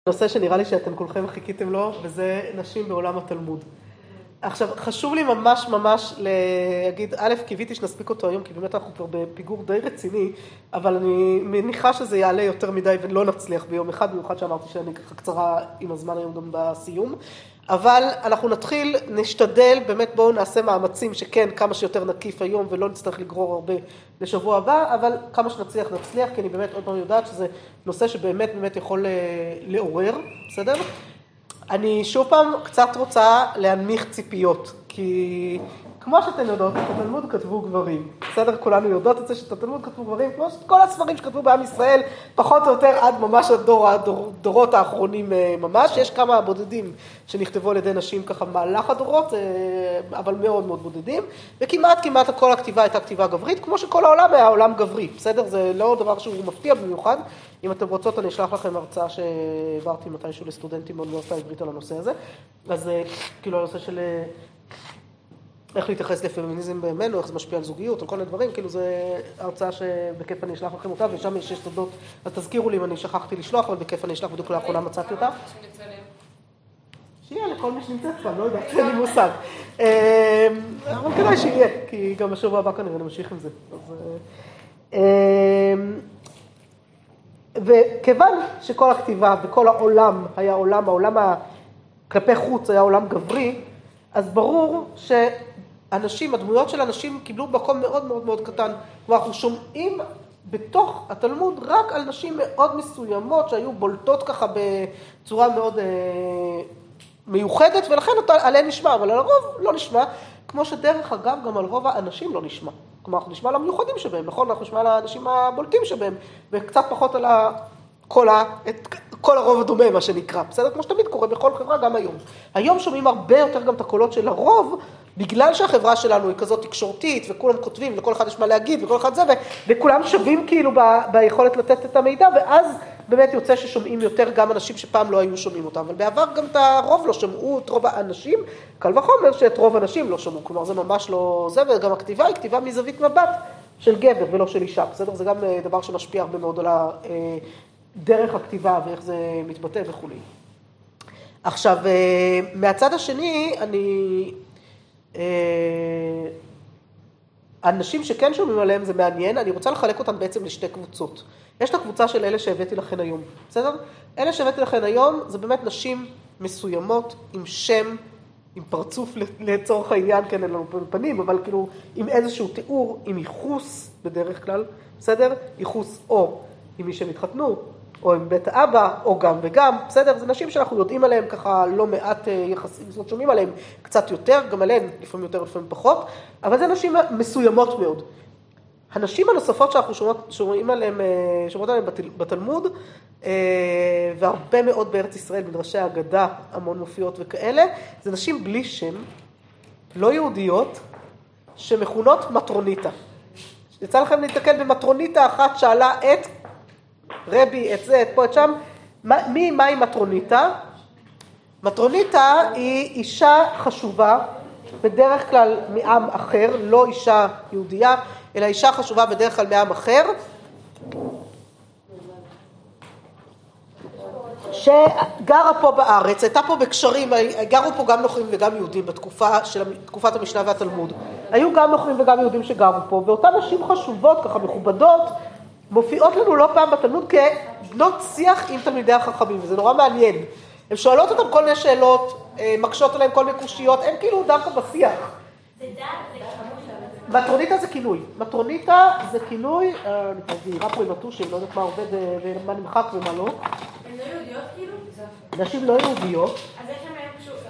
נושא שנראה לי שאתם כולכם חיכיתם לו, וזה נשים בעולם התלמוד. עכשיו, חשוב לי ממש להגיד, א', קיוויתי שנספיק אותו היום, כי באמת אנחנו כבר בפיגור די רציני, אבל אני מניחה שזה יעלה יותר מדי ולא נצליח ביום אחד, במיוחד שאמרתי שאני ככה קצרה עם הזמן היום גם בסיום. אבל אנחנו נשתדל, באמת בואו נעשה מאמצים שכן, כמה שיותר נקיף היום ולא נצטרך לגרור הרבה לשבוע הבא, אבל כמה שנצליח, כי אני באמת עוד פעם יודעת שזה נושא שבאמת יכול לעורר, בסדר? אני שוב פעם קצת רוצה להנמיך ציפיות, כי כמו שאתן יודעות, את התלמוד כתבו גברים. בסדר, כולנו יודעות את זה שאת התלמוד כתבו גברים, כמו כל הספרים שכתבו בעם ישראל, פחות או יותר עד ממש הדורות האחרונים ממש. יש כמה בודדים שנכתבו על ידי נשים ככה במהלך הדורות, אבל מאוד מאוד בודדים, וכמעט כל הכתיבה הייתה כתיבה גברית, כמו שכל העולם היה עולם גברי. בסדר, זה לא דבר שהוא מפתיע במיוחד. אם אתם רוצות, אני אשלח לכם הרצאה שהעברתי מתישהו לסטודנטים באוניברסיטה העברית על הנושא הזה. אז כאילו הנושא של איך להתייחס לפמיניזם בימינו, איך זה משפיע על זוגיות, על כל מיני דברים, כאילו זה הרצאה שבכיף אני אשלח לכם אותה, ושם יש תודות, אז תזכירו לי אם אני שכחתי לשלוח, אבל בכיף אני אשלח, בדיוק לאחרונה מצאתי אותה. שיהיה לכל מי שנמצאת כבר, לא יודעת, אין לי מושג. אבל כדאי שיהיה, כי גם בשבוע הבא כנראה נמשיך עם זה. וכיוון שכל הכתיבה וכל העולם היה העולם כלפי חוץ היה עולם גברי, אז ברור שאנשים, הדמויות של אנשים קיבלו מקום מאוד מאוד מאוד קטן. כלומר, אנחנו שומעים בתוך התלמוד רק על נשים מאוד מסוימות שהיו בולטות ככה בצורה מאוד מיוחדת, ולכן עליהן נשמע, אבל על הרוב לא נשמע, כמו שדרך אגב גם על רוב האנשים לא נשמע. כלומר, אנחנו נשמע על המיוחדים שבהם, נכון? אנחנו נשמע על האנשים הבולטים שבהם, וקצת פחות על כל הרוב הדומה, מה שנקרא. בסדר? כמו שתמיד קורה בכל חברה, גם היום. היום שומעים הרבה יותר גם את הקולות של הרוב, בגלל שהחברה שלנו היא כזאת תקשורתית, וכולם כותבים, לכל אחד יש מה להגיד, וכל אחד זה, וכולם שווים כאילו ביכולת לתת את המידע, ואז באמת יוצא ששומעים יותר גם אנשים שפעם לא היו שומעים אותם. אבל בעבר גם את הרוב לא שמעו, את רוב האנשים, קל וחומר שאת רוב האנשים לא שמעו. כלומר, זה ממש לא זה, וגם הכתיבה היא כתיבה מזווית מבט של גבר ולא של אישה. בסדר? זה גם דבר שמשפיע הרבה מאוד על דרך הכתיבה ואיך זה מתבטא וכו'. עכשיו, מהצד השני, האנשים שכן שומעים עליהם זה מעניין, אני רוצה לחלק אותם בעצם לשתי קבוצות. יש את הקבוצה של אלה שהבאתי לכן היום, בסדר? אלה שהבאתי לכן היום זה באמת נשים מסוימות עם שם, עם פרצוף לצורך העניין, כן, אין לנו פנים, אבל כאילו עם איזשהו תיאור, עם ייחוס בדרך כלל, בסדר? ייחוס או עם מי שמתחתנו, או עם בית האבא, או גם וגם, בסדר? זה נשים שאנחנו יודעים עליהן ככה לא מעט יחסים, זאת שומעים עליהן קצת יותר, גם עליהן לפעמים יותר, לפעמים פחות, אבל זה נשים מסוימות מאוד. הנשים הנוספות שאנחנו שומעים עליהן בתלמוד, והרבה מאוד בארץ ישראל, מדרשי האגדה, המון מופיעות וכאלה, זה נשים בלי שם, לא יהודיות, שמכונות מטרוניתה. יצא לכם להתקל במטרוניתה אחת שאלה את רבי, את זה, את פה, את שם, מהי מטרוניתה? מטרוניתה היא אישה חשובה, בדרך כלל מעם אחר, לא אישה יהודייה, אלא אישה חשובה בדרך כלל מעם אחר, שגרה פה בארץ, הייתה פה בקשרים, גרו פה גם נוכרים וגם יהודים בתקופת המשנה והתלמוד. היו גם נוכרים וגם יהודים שגרו פה, ואותן נשים חשובות, ככה מכובדות, מופיעות לנו לא פעם בתלמוד כבנות שיח עם תלמידי החכמים, וזה נורא מעניין. הן שואלות אותם כל מיני שאלות, מקשות עליהן כל מיני קושיות, הן כאילו דווקא בשיח. זה דעת, זה כמוש. מטרוניתה זה כינוי. מטרוניתה זה כינוי, אני כבר זהירה פה עם הטושים, לא יודעת מה עובד ומה נמחק ומה לא. הן לא יהודיות כאילו? נשים לא יהודיות. אז איך הן היו קשורות?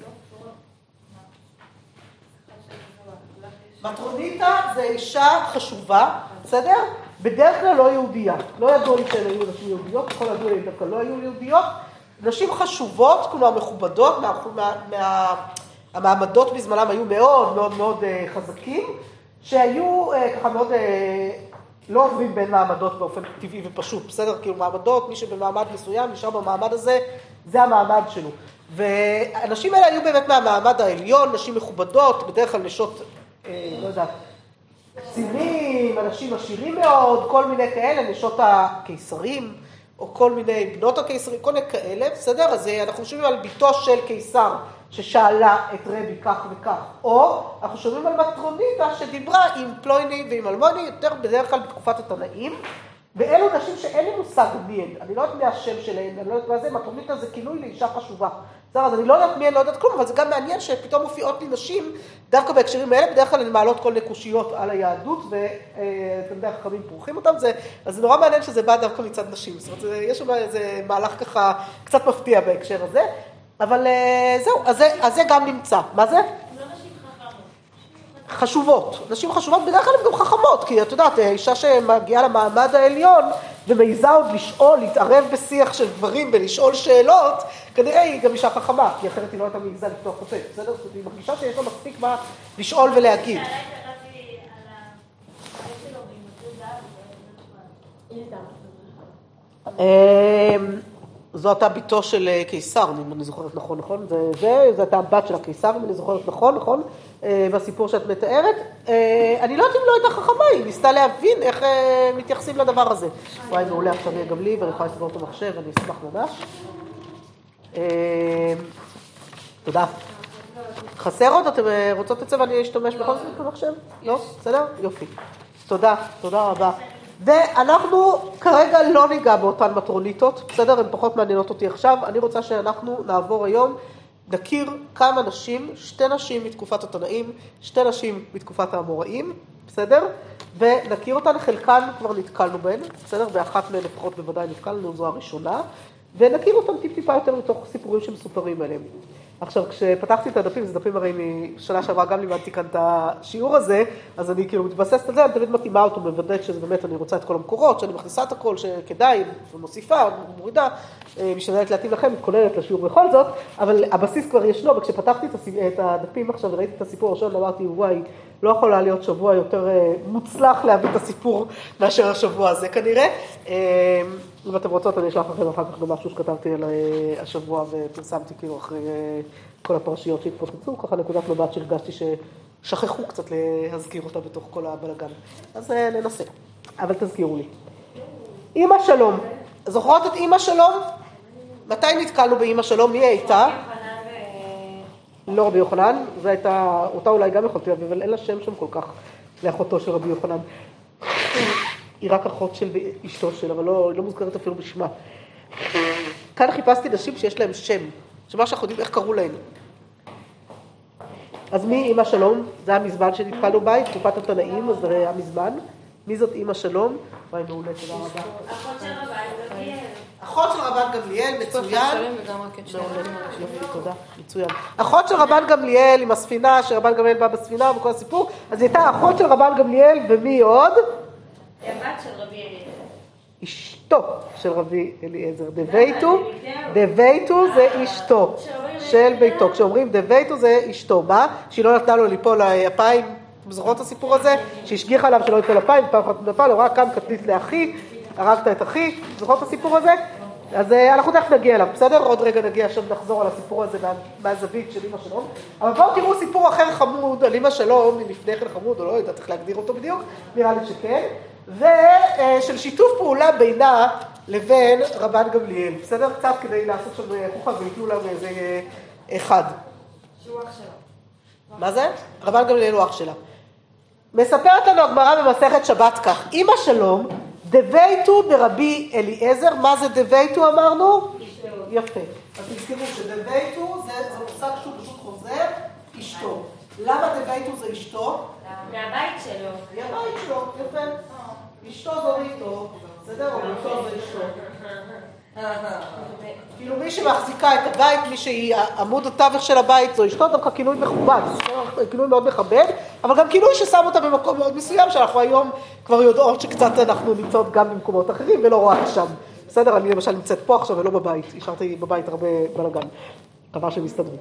מטרוניתה זה אישה חשובה, בסדר? בדרך כלל לא יהודייה. לא ידעו לי שהן היו נשים יהודיות, ככל ידעו לי דווקא לא היו יהודיות. נשים חשובות, כלומר מכובדות, המעמדות בזמנם היו מאוד מאוד מאוד חזקים, שהיו ככה מאוד לא עוברים בין מעמדות באופן טבעי ופשוט, בסדר? כאילו מעמדות, מי שבמעמד מסוים נשאר במעמד הזה, זה המעמד שלו. והנשים האלה היו באמת מהמעמד העליון, נשים מכובדות, בדרך כלל נשות, לא יודעת, קצינים, אנשים עשירים מאוד, כל מיני כאלה, נשות הקיסרים, או כל מיני בנות הקיסרים, כל מיני כאלה, בסדר? אז אנחנו שומעים על ביתו של קיסר ששאלה את רבי כך וכך, או אנחנו שומעים על מטרוניתה שדיברה עם פלויני ועם אלמוני, יותר בדרך כלל בתקופת התנאים, ואלו נשים שאין לי מושג מי הן, אני לא יודעת מי השם שלהן, אני לא יודעת מה זה, מטרוניתה זה כינוי לאישה חשובה. בסדר, אז אני לא יודעת מי הן, לא יודעת כלום, אבל זה גם מעניין שפתאום מופיעות לי נשים, דווקא בהקשרים האלה, בדרך כלל הן מעלות כל נקושיות על היהדות, ואתם יודעים, חכמים פורחים אותם, אז זה נורא מעניין שזה בא דווקא מצד נשים, זאת אומרת, יש שם איזה מהלך ככה קצת מפתיע בהקשר הזה, אבל זהו, אז זה גם נמצא. מה זה? חשובות. נשים חשובות בדרך כלל הן גם חכמות, כי את יודעת, אישה שמגיעה למעמד העליון ומעיזה עוד לשאול, להתערב בשיח של דברים ולשאול שאלות, כנראה היא גם אישה חכמה, כי אחרת היא לא הייתה מעיזה לפתוח פה, בסדר? זאת אומרת, היא מרגישה שיש לה מספיק מה לשאול ולהגיד. זאת הביתו של קיסר, אם אני זוכרת נכון, נכון? זאת הבת של הקיסר, אם אני זוכרת נכון, נכון? בסיפור שאת מתארת. אני לא יודעת אם לא הייתה חכמה, היא ניסתה להבין איך מתייחסים לדבר הזה. וואי, מעולה עכשיו גם לי, ואני יכולה לסגור את המחשב, אני אשמח ממש. תודה. חסר עוד? אתם רוצות את זה ואני אשתמש בכל זאת במחשב? לא? בסדר? יופי. תודה, תודה רבה. ואנחנו כרגע לא ניגע באותן מטרוניתות, בסדר? הן פחות מעניינות אותי עכשיו. אני רוצה שאנחנו נעבור היום, נכיר כמה נשים, 2 נשים מתקופת התנאים, 2 נשים מתקופת האמוראים, בסדר? ונכיר אותן, חלקן כבר נתקלנו בהן, בסדר? באחת מהן לפחות בוודאי נתקלנו, זו הראשונה, ונכיר אותן טיפה יותר מתוך סיפורים שמסופרים עליהם. עכשיו, כשפתחתי את הדפים, זה דפים הרי משנה שעברה גם לימדתי כאן את השיעור הזה, אז אני כאילו מתבססת על זה, אני תמיד מתאימה אותו, מוודאת שזה באמת, אני רוצה את כל המקורות, שאני מכניסה את הכל, שכדאי, ומוסיפה, מורידה, משתדלת להתאים לכם, מתכוננת לשיעור בכל זאת, אבל הבסיס כבר ישנו, וכשפתחתי את הדפים עכשיו וראיתי את הסיפור הראשון, אמרתי, וואי, לא יכולה להיות שבוע יותר מוצלח להביא את הסיפור מאשר השבוע הזה כנראה. אם אתם רוצות, אני אשלח לכם אחר כך גם משהו שכתבתי על השבוע ופרסמתי כאילו אחרי כל הפרשיות שהתפוצצו, ככה נקודת מבט שהרגשתי ששכחו קצת להזכיר אותה בתוך כל הבלגן. אז ננסה, אבל תזכירו לי. אמא שלום, זוכרות את אמא שלום? מתי נתקלנו באמא שלום? מי הייתה? לא רבי יוחנן, זו הייתה, אותה אולי גם יכולתי להביא, אבל אין לה שם כל כך לאחותו של רבי יוחנן. היא רק אחות של אשתו שלה, אבל לא מוזכרת אפילו בשמה. כאן חיפשתי נשים שיש להם שם, שמה שאנחנו יודעים איך קראו להם. אז מי אמא שלום? זה היה מזמן שנתקלנו בה, תקופת התנאים, אז זה היה מזמן. מי זאת אמא שלום? וואי, מעולה, תודה רבה. אחות של רבן גמליאל. אחות של רבן גמליאל, מצוין. תודה, מצוין. אחות של רבן גמליאל עם הספינה, שרבן גמליאל בא בספינה וכל הסיפור, אז היא הייתה אחות של רבן גמליאל, ומי עוד? הבת של רבי אליעזר. אשתו של רבי אליעזר. דבייתו זה אשתו של ביתו. כשאומרים דבייתו זה אשתו. מה? שהיא לא נתנה לו ליפול אפיים. אתם זוכרות את הסיפור הזה? שהשגיחה עליו שלא יפול אפיים, פעם אחת נפל, הוא רק קם קטנית לאחי, הרגת את אחי. זוכרות את הסיפור הזה? אז אנחנו תכף נגיע אליו, בסדר? עוד רגע נגיע עכשיו נחזור על הסיפור הזה מהזווית של אמא שלום. אבל בואו תראו סיפור אחר חמוד על אמא שלום, מלפני כן חמוד, או לא יודעת איך להגדיר אותו בדיוק, נראה לי שכן. ושל שיתוף פעולה בינה לבין רבן גמליאל, בסדר? קצת כדי לעשות שם חוכה ויתנו להם איזה אחד. שהוא אח שלה. מה זה? רבן גמליאל הוא אח שלה. מספרת לנו הגמרא במסכת שבת כך, אמא שלום, דבייתו דרבי אליעזר, מה זה דבייתו אמרנו? יפה. אז תזכרו שדבייתו זה מושג שהוא פשוט חוזר, אשתו. למה דבייתו זה אשתו? מהבית שלו. מהבית שלו, יפה. אשתו זו ביתו, בסדר? או ביתו זה אשתו. כאילו מי שמחזיקה את הבית, מי שהיא עמוד התווך של הבית, זו אשתו, דווקא כינוי מכובד, כינוי מאוד מכבד, אבל גם כינוי ששם אותה במקום מאוד מסוים, שאנחנו היום כבר יודעות שקצת אנחנו נמצאות גם במקומות אחרים, ולא רואה שם. בסדר? אני למשל נמצאת פה עכשיו ולא בבית, השארתי בבית הרבה בלגן, דבר שמסתדרים.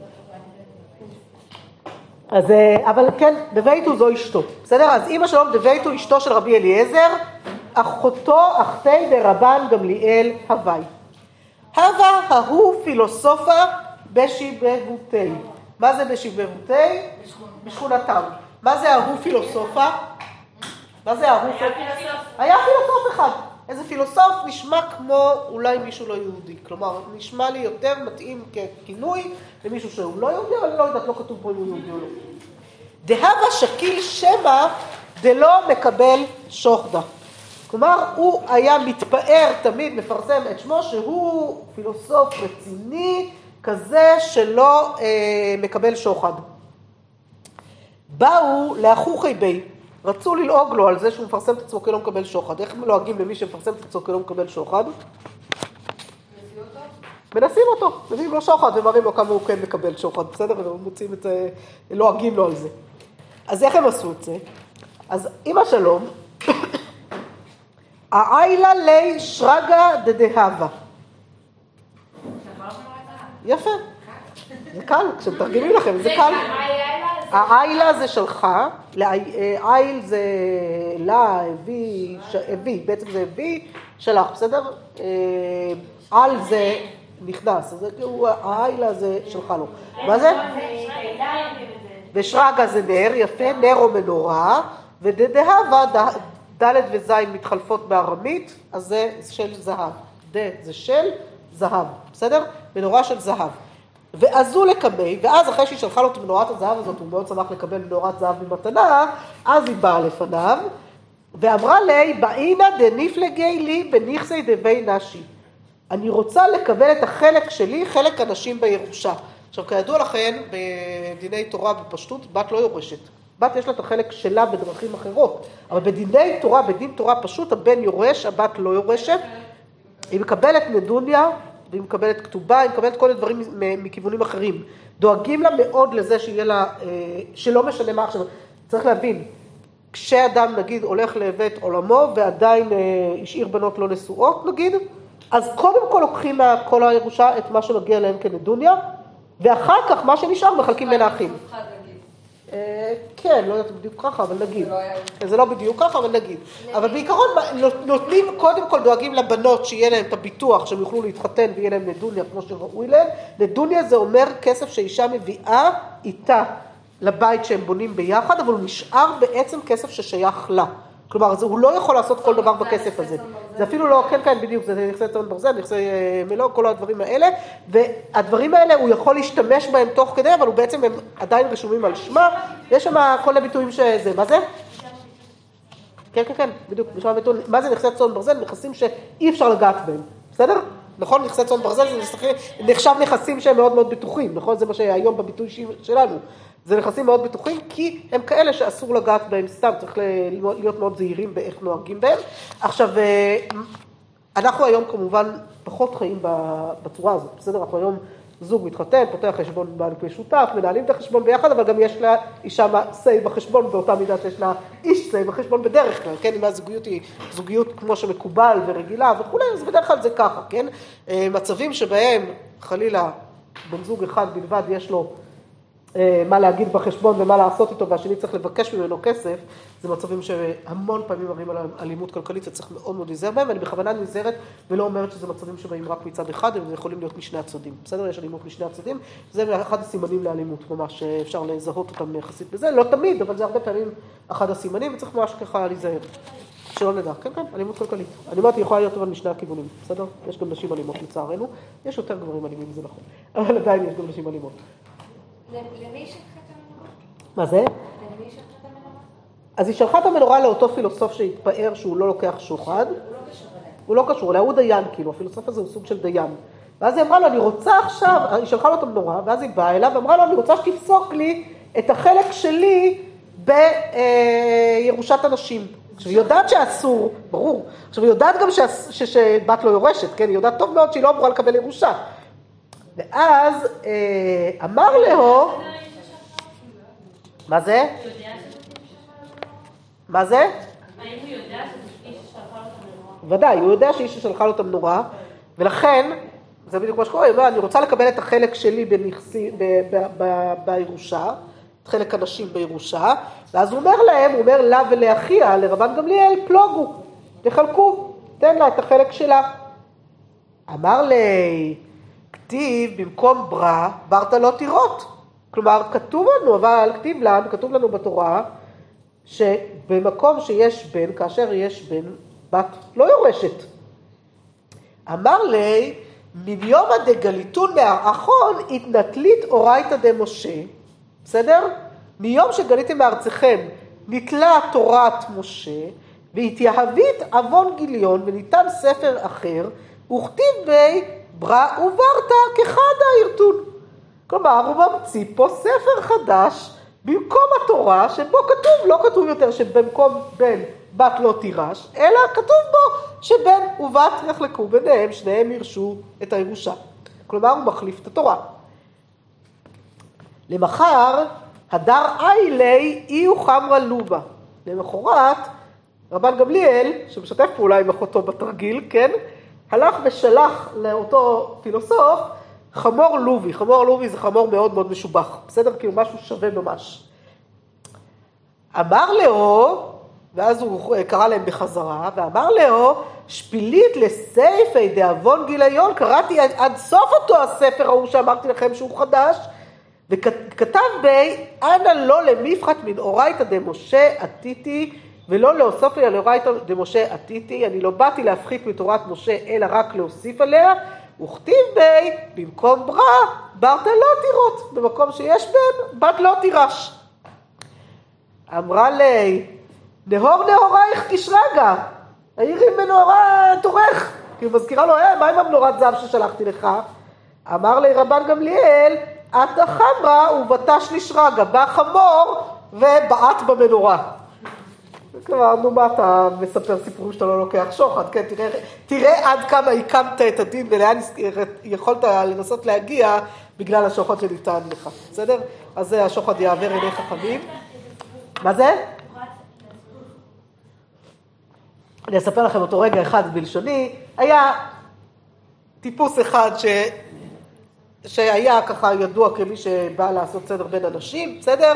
אז, אבל כן, דבייתו זו אשתו, בסדר? אז אמא שלום דבייתו אשתו של רבי אליעזר, אחותו אחתי דרבן גמליאל הווי. הווה ההוא פילוסופה בשיבבותי. מה זה בשיבבותי? בשכונתם. מה זה ההוא פילוסופה? מה זה ההוא פילוסופה? היה פילוסוף אחד. איזה פילוסוף נשמע כמו אולי מישהו לא יהודי. כלומר, נשמע לי יותר מתאים ככינוי למישהו שהוא לא יהודי, אבל אני לא יודעת, לא כתוב פה אם הוא יהודי או לא. דהבה שקיל שמא דלא מקבל שוחדה. כלומר, הוא היה מתפאר תמיד, מפרסם את שמו, שהוא פילוסוף רציני, כזה שלא מקבל שוחד. באו לאחוכי בי, רצו ללעוג לו על זה שהוא מפרסם את עצמו כלא מקבל שוחד. איך לועגים למי שמפרסם את עצמו כלא מקבל שוחד? מנסים אותו, מביאים לו שוחד ומראים לו כמה הוא כן מקבל שוחד, בסדר? ומוצאים את זה, לועגים לו על זה. אז איך הם עשו את זה? אז אמא שלום, העילה לי שרגא דדהבה. יפה. זה קל, כשמתרגמים לכם, זה קל. העילה זה שלך, עיל זה לה, הביא, בעצם זה הביא, שלח, בסדר? על זה נכנס, העילה זה שלך לו. מה זה? ושרגא זה נר, יפה, נר או מנורה, ודדהבה, ד' וז' מתחלפות בארמית, אז זה של זהב. זה של זהב, בסדר? מנורה של זהב. ועזו לקמי, ואז אחרי שהיא שלחה לו את מנורת הזהב הזאת, הוא מאוד שמח לקבל מנורת זהב במתנה, אז היא באה לפניו, ואמרה לי, באינה דניפלגי לי בניכסי דבי נשי. אני רוצה לקבל את החלק שלי, חלק הנשים בירושה. עכשיו, כידוע לכן, בדיני תורה בפשטות, בת לא יורשת. בת יש לה את החלק שלה בדרכים אחרות, אבל בדיני תורה, בדין תורה פשוט, הבן יורש, הבת לא יורשת. היא מקבלת נדוניה, והיא מקבלת כתובה, היא מקבלת כל הדברים מכיוונים אחרים. דואגים לה מאוד לזה שיהיה לה, שלא משנה מה עכשיו. צריך להבין, כשאדם נגיד הולך לבית עולמו, ועדיין השאיר בנות לא נשואות נגיד, אז קודם כל לוקחים מכל הירושה את מה שמגיע להם כנדוניה, ואחר כך מה שנשאר מחלקים בין האחים. כן, לא יודעת בדיוק ככה, אבל נגיד. זה לא בדיוק ככה, אבל נגיד. אבל בעיקרון נותנים, קודם כל דואגים לבנות שיהיה להם את הביטוח, שהם יוכלו להתחתן ויהיה להם נדוניה כמו שראוי להם. נדוניה זה אומר כסף שאישה מביאה איתה לבית שהם בונים ביחד, אבל הוא נשאר בעצם כסף ששייך לה. כלומר, הוא לא יכול לעשות כל דבר בכסף הזה. זה אפילו לא, כן, בדיוק, זה נכסי צאן ברזל, נכסי מלוא, כל הדברים האלה, והדברים האלה הוא יכול להשתמש בהם תוך כדי, אבל הוא בעצם, הם עדיין רשומים על שמה, יש שם כל הביטויים שזה, מה זה? כן, בדיוק, מה זה נכסי צאן ברזל? נכסים שאי אפשר לגעת בהם, בסדר? נכון, נכסי צאן ברזל זה נחשב נכסים שהם מאוד מאוד בטוחים, נכון? זה מה שהיום בביטוי שלנו. זה נכסים מאוד בטוחים, כי הם כאלה שאסור לגעת בהם סתם, צריך להיות מאוד זהירים באיך נוהגים בהם. עכשיו, אנחנו היום כמובן פחות חיים בצורה הזאת, בסדר? אנחנו היום זוג מתחתן, פותח חשבון בנק משותף, מנהלים את החשבון ביחד, אבל גם יש לה אישה סי בחשבון, באותה מידה שיש לה איש סי בחשבון בדרך כלל, כן? אם הזוגיות היא זוגיות כמו שמקובל ורגילה וכו', אז בדרך כלל זה ככה, כן? מצבים שבהם חלילה בן זוג אחד בלבד יש לו מה להגיד בחשבון ומה לעשות איתו, והשני צריך לבקש ממנו כסף, זה מצבים שהמון פעמים מראים על אלימות כלכלית, וצריך מאוד מאוד להיזהר בהם, ואני בכוונה נזהרת ולא אומרת שזה מצבים שבאים רק מצד אחד, הם יכולים להיות משני הצדדים. בסדר, יש אלימות משני הצדדים, זה אחד הסימנים לאלימות, ממש אפשר לזהות אותם יחסית בזה, לא תמיד, אבל זה הרבה פעמים אחד הסימנים, וצריך ממש ככה להיזהר. שלא נדע, כן, אלימות כלכלית. אני אומרת, היא יכולה להיות אבל משני הכיוונים, בסדר? יש גם נשים אלימות לצערנו, יש יותר גברים אלימים, זה נכון, אבל עדיין יש גם נשים אלימות. למי שלחה את המנורה? מה זה? למי שלחה את המנורה? אז היא שלחה את המנורה לאותו פילוסוף שהתפאר שהוא לא לוקח שוחד. הוא לא קשור אליה, הוא דיין כאילו, הפילוסוף הזה הוא סוג של דיין. ואז היא אמרה לו, אני רוצה עכשיו, היא שלחה לו את המנורה, ואז היא באה אליו ואמרה לו, אני רוצה שתפסוק לי את החלק שלי בירושת הנשים. עכשיו, היא יודעת שאסור, ברור. עכשיו, היא יודעת גם שבת לא יורשת, כן? היא יודעת טוב מאוד שהיא לא אמורה לקבל ירושה. ואז אמר לו, מה זה? מה זה? האם הוא יודע שזה איש ששלחה לו את המנורה? ודאי, הוא יודע שאיש ששלחה לו את המנורה, ולכן, זה בדיוק מה שקורה, היא אומרת, אני רוצה לקבל את החלק שלי בירושה, את חלק הנשים בירושה, ואז הוא אומר להם, הוא אומר לה ולאחיה, לרבן גמליאל, פלוגו, תחלקו, תן לה את החלק שלה. אמר לי, כתיב במקום ברא, ברת לא תירות. כלומר, כתוב לנו, אבל כתוב לנו בתורה, שבמקום שיש בן, כאשר יש בן, בת לא יורשת. אמר לי, מיומה דגליתון מארחון התנטלית אורייתא דמשה, בסדר? מיום שגליתם מארצכם נתלה תורת משה, והתייהבית עוון גיליון וניתן ספר אחר, וכתיב בי ברא וברתא כחדה ירתון. כלומר, הוא ממציא פה ספר חדש במקום התורה, שבו כתוב, לא כתוב יותר שבמקום בן בת לא תירש, אלא כתוב בו שבן ובת יחלקו ביניהם, שניהם ירשו את הירושה. כלומר, הוא מחליף את התורה. למחר, הדר איילי אי וחמרה לובה. למחרת, רבן גמליאל, שמשתף פעולה עם אחותו בתרגיל, כן? הלך ושלח לאותו פילוסוף חמור לובי. חמור לובי זה חמור מאוד מאוד משובח. בסדר? כאילו משהו שווה ממש. אמר לו, ואז הוא קרא להם בחזרה, ואמר לו, שפילית לסייפי דאבון גיליון, קראתי עד סוף אותו הספר ההוא שאמרתי לכם שהוא חדש, וכתב בי, אנא לא למפחת מן אורייתא דמשה עתיתי, ולא להוסיף לי על אורייתא דמשה עתיתי, אני לא באתי להפחית מתורת משה, אלא רק להוסיף עליה, וכתיב בי, במקום ברא, ברתא לא תירות, במקום שיש בן, בת לא תירש. אמרה לי, נהור נהורייך תשרגה, העירי מנורה תורך, כי הוא מזכירה לו, מה עם המנורת זהב ששלחתי לך? אמר לי רבן גמליאל, את החמרה ובתש לשרגה, בא חמור ובעט במנורה. כלומר, נו מה אתה מספר סיפורים שאתה לא לוקח שוחד, כן, תראה עד כמה הקמת את הדין ולאן יכולת לנסות להגיע בגלל השוחד שניתן לך, בסדר? אז זה השוחד יעבר אליך חכמים. מה זה? אני אספר לכם אותו רגע אחד בלשוני. היה טיפוס אחד שהיה ככה ידוע כמי שבא לעשות סדר בין אנשים, בסדר?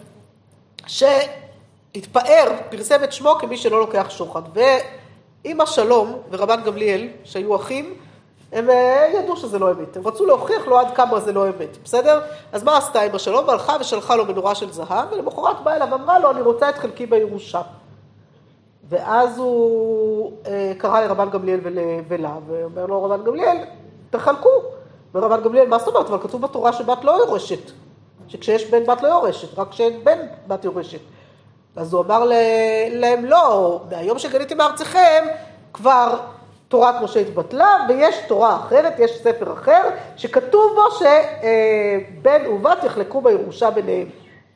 שהתפאר, פרסם את שמו כמי שלא לוקח שוחד. ואמא שלום ורבן גמליאל, שהיו אחים, הם ידעו שזה לא אמת. הם רצו להוכיח לו עד כמה זה לא אמת, בסדר? אז מה עשתה אמא שלום? והלכה ושלחה לו מנורה של זהב, ולמחרת באה אליו ואמרה לו, אני רוצה את חלקי בירושה. ואז הוא קרא לרבן גמליאל ולה, ואומר לו רבן גמליאל, תחלקו. ורבן גמליאל, מה זאת אומרת? אבל כתוב בתורה שבת לא יורשת. שכשיש בן בת לא יורשת, רק כשאין בן בת יורשת. אז הוא אמר להם, לא, מהיום שגליתם מארצכם, כבר תורת משה התבטלה, ויש תורה אחרת, יש ספר אחר, שכתוב בו שבן ובת יחלקו בירושה ביניהם.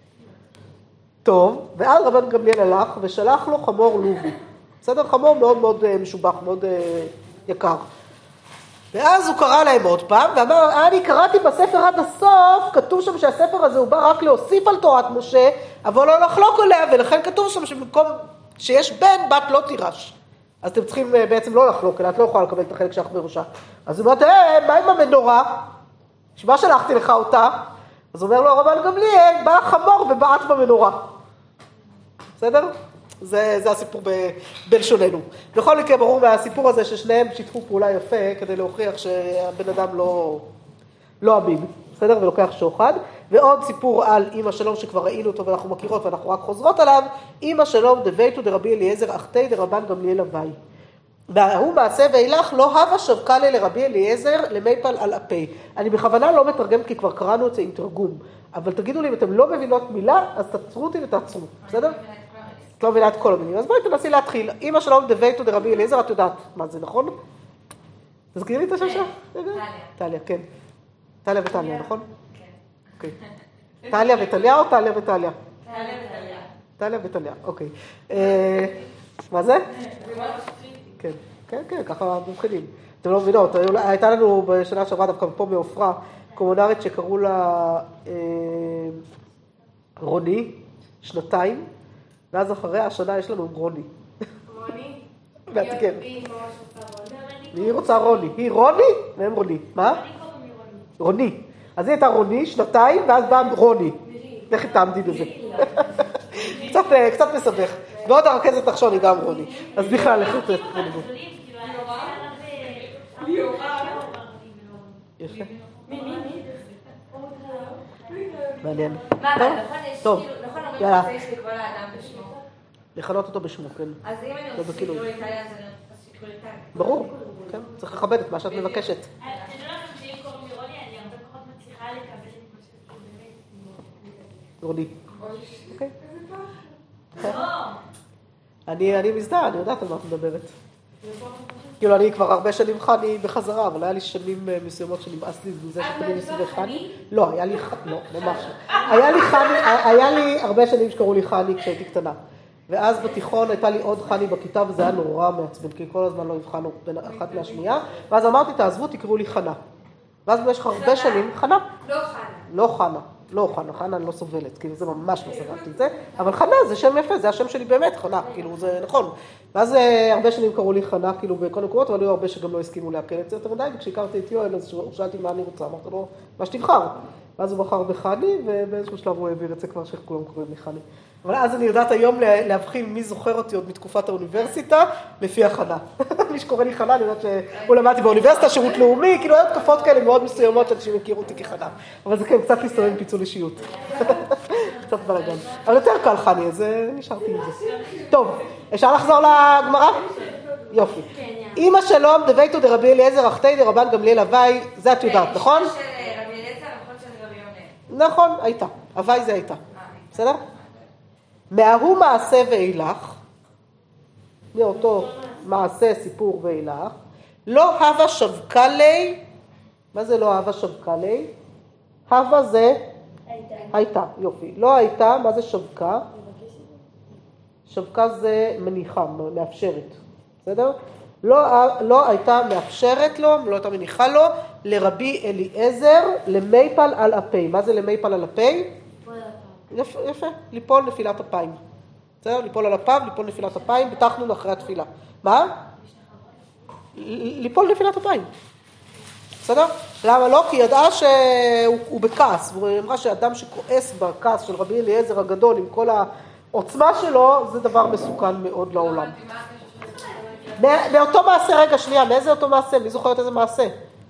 טוב, ואז רבן גמליאל הלך ושלח לו חמור לובי. בסדר? חמור מאוד מאוד משובח, מאוד יקר. ואז הוא קרא להם עוד פעם, ואמר, אני קראתי בספר עד הסוף, כתוב שם שהספר הזה הוא בא רק להוסיף על תורת משה, אבל לא לחלוק עליה, ולכן כתוב שם שבמקום שיש בן, בת לא תירש. אז אתם צריכים בעצם לא לחלוק, אלא את לא יכולה לקבל את החלק שלך בראשה. אז הוא אומר, מה עם המנורה? שמה שלחתי לך אותה? אז אומר לו רבן גמליאל, בא חמור ובעט במנורה. בסדר? זה הסיפור בלשוננו. בכל מקרה ברור מהסיפור הזה ששניהם שיתפו פעולה יפה כדי להוכיח שהבן אדם לא אמין, בסדר? ולוקח שוחד. ועוד סיפור על אמא שלום שכבר ראינו אותו ואנחנו מכירות ואנחנו רק חוזרות עליו, אמא שלום דביתו דרבי אליעזר אחתי דרבן גמליאל אביי. והוא מעשה ואילך לא הווה שבקה לי לרבי אליעזר למייפל על אפי. אני בכוונה לא מתרגם כי כבר קראנו את זה עם תרגום, אבל תגידו לי אם אתם לא מבינות מילה, אז תעצרו אותי ותעצרו, בסדר? את לא מבינה את כל המילים, אז בואי תנסי להתחיל. אמא שלום דביתו דרבי אליעזר, את יודעת מה זה, נכון? תזכירי לי את השם שלך? טליה, כן. טליה וטליה, נכון? כן. טליה וטליה או טליה וטליה? טליה וטליה. טליה וטליה, אוקיי. מה זה? כן, כן, כן, ככה מבחינים. אתם לא מבינות, הייתה לנו בשנה שעברה דווקא פה מעופרה, קומונרית שקראו לה רוני, 2, ואז אחרי השנה יש לנו רוני. רוני? מעצגר. והיא רוצה רוני. היא רוני והם רוני. מה? רוני. אז היא הייתה רוני, 2, ואז באה רוני. לכי תעמדי בזה. קצת מסבך. ועוד הרכזת תחשון היא גם רוני. אז בכלל, לכי תעמדי בזה. יפה. מעניין. מה, נכון, טוב, נכון, יאללה. צריך לקרוא לאדם בשמו. לכנות אותו בשמו, כן. אז אם אני לא רוצה בכינוי. לקרוא לאיטליה, אז אני רוצה לקרוא לאיטליה. ברור, כן, צריך לכבד את מה שאת מבקשת. תדעו לכם שאם קוראים לי רוני, אני הרבה פחות מצליחה לקבל את מה שאתם באמת. רוני. אוקיי. לא. אני מזדהה, אני יודעת על מה את מדברת. כאילו, אני כבר הרבה שנים חני בחזרה, אבל היה לי שנים מסוימות שנמאס לי מזה שקוראים לי סביבי חני. לא, היה לי חני, לא, ממש לא. היה לי הרבה שנים שקראו לי חני כשהייתי קטנה. ואז בתיכון הייתה לי עוד חני בכיתה, וזה היה נורא מעצבן, כי כל הזמן לא הבחנו בין אחת מהשנייה. ואז אמרתי, תעזבו, תקראו לי חנה. ואז במשך הרבה שנים, חנה. לא חנה. לא חנה. לא חנה, חנה אני לא סובלת, כאילו זה ממש לא סבלתי את זה, אבל חנה זה שם יפה, זה השם שלי באמת, חנה, כאילו זה נכון. ואז הרבה שנים קראו לי חנה, כאילו בכל נקודות, אבל היו הרבה שגם לא הסכימו להקל את זה יותר מדי, וכשהכרתי את יואל, אז שאלתי מה אני רוצה, אמרתי לו, מה שתבחר. ואז הוא בחר בחני, ובאיזשהו שלב הוא העביר את זה כבר שכולם קוראים לי חני. אבל אז אני יודעת היום להבחין מי זוכר אותי עוד מתקופת האוניברסיטה, לפי החנה. מי שקורא לי חנה, אני יודעת שהוא למדתי באוניברסיטה, שירות לאומי, כאילו היו תקופות כאלה מאוד מסוימות שאנשים הכירו אותי כחנה. אבל זה כן, קצת להסתובב עם פיצול אישיות. קצת בלגן. אבל יותר קל חני, אז נשארתי עם זה. טוב, אפשר לחזור לגמרא? יופי. אמא שלום, דביתו דרבי אליעזר, אחתי דרבן גמליאל הווי, זה את יודעת, נכון? של רבי אליעזר, נכון של רבי יונה. נכון, הייתה. הווי זה הייתה. בסדר? מההוא מעשה ואילך, מאותו מעשה, סיפור ואילך, לא הווה שבקה לי, מה זה לא הווה שבקה לי? הווה זה הייתה, יופי. לא הייתה, מה זה שבקה? שבקה זה מניחה, מאפשרת, בסדר? לא הייתה מאפשרת לו, לא הייתה מניחה לו, לרבי אליעזר, למייפל על אפי. מה זה למייפל על אפי? יפה, ליפול נפילת אפיים. בסדר? ליפול על אפיו, ליפול נפילת אפיים, בתחנון אחרי התפילה. מה? ליפול נפילת אפיים. בסדר? למה לא? כי ידעה שהוא בכעס, והוא אמרה שאדם שכועס בכעס של רבי אליעזר הגדול עם כל העוצמה שלו, זה דבר מסוכן מאוד לעולם. באותו מעשה, רגע שנייה, מאיזה אותו מעשה? מי זוכרת איזה מעשה?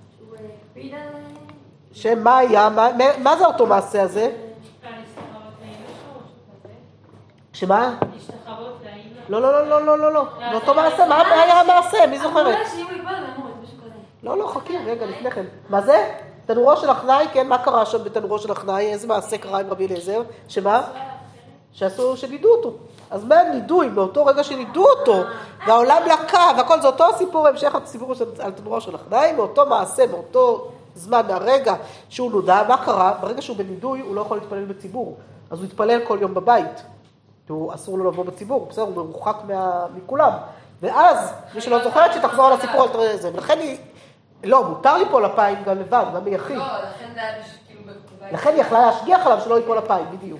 שמה היה? מה זה אותו מעשה הזה? שמה? לא. באותו מעשה, מה היה המעשה? מי זוכרת? לא, חכי, רגע, לפני כן. מה זה? תנורו של אחנאי, כן, מה קרה שם בתנורו של אחנאי? איזה מעשה קרה עם רבי אליעזר? שמה? שנידו אותו. אז מה נידוי? באותו רגע שנידו אותו, והעולם לקה, והכל זה אותו סיפור, המשך הסיפור על תנורו של אחנאי, מאותו מעשה, מאותו זמן, מהרגע שהוא נודע, מה קרה? ברגע שהוא בנידוי, הוא לא יכול להתפלל בציבור. אז הוא יתפלל כל יום בבית. הוא אסור לו לבוא בציבור, בסדר, הוא מרוחק מכולם. ואז, מי שלא זוכרת, שתחזור על הסיפור על זה. ולכן היא, לא, מותר ליפול אפיים גם לבד, גם ביחיד. לא, לכן זה היה כאילו בבית. לכן היא יכלה להשגיח עליו שלא ייפול אפיים, בדיוק.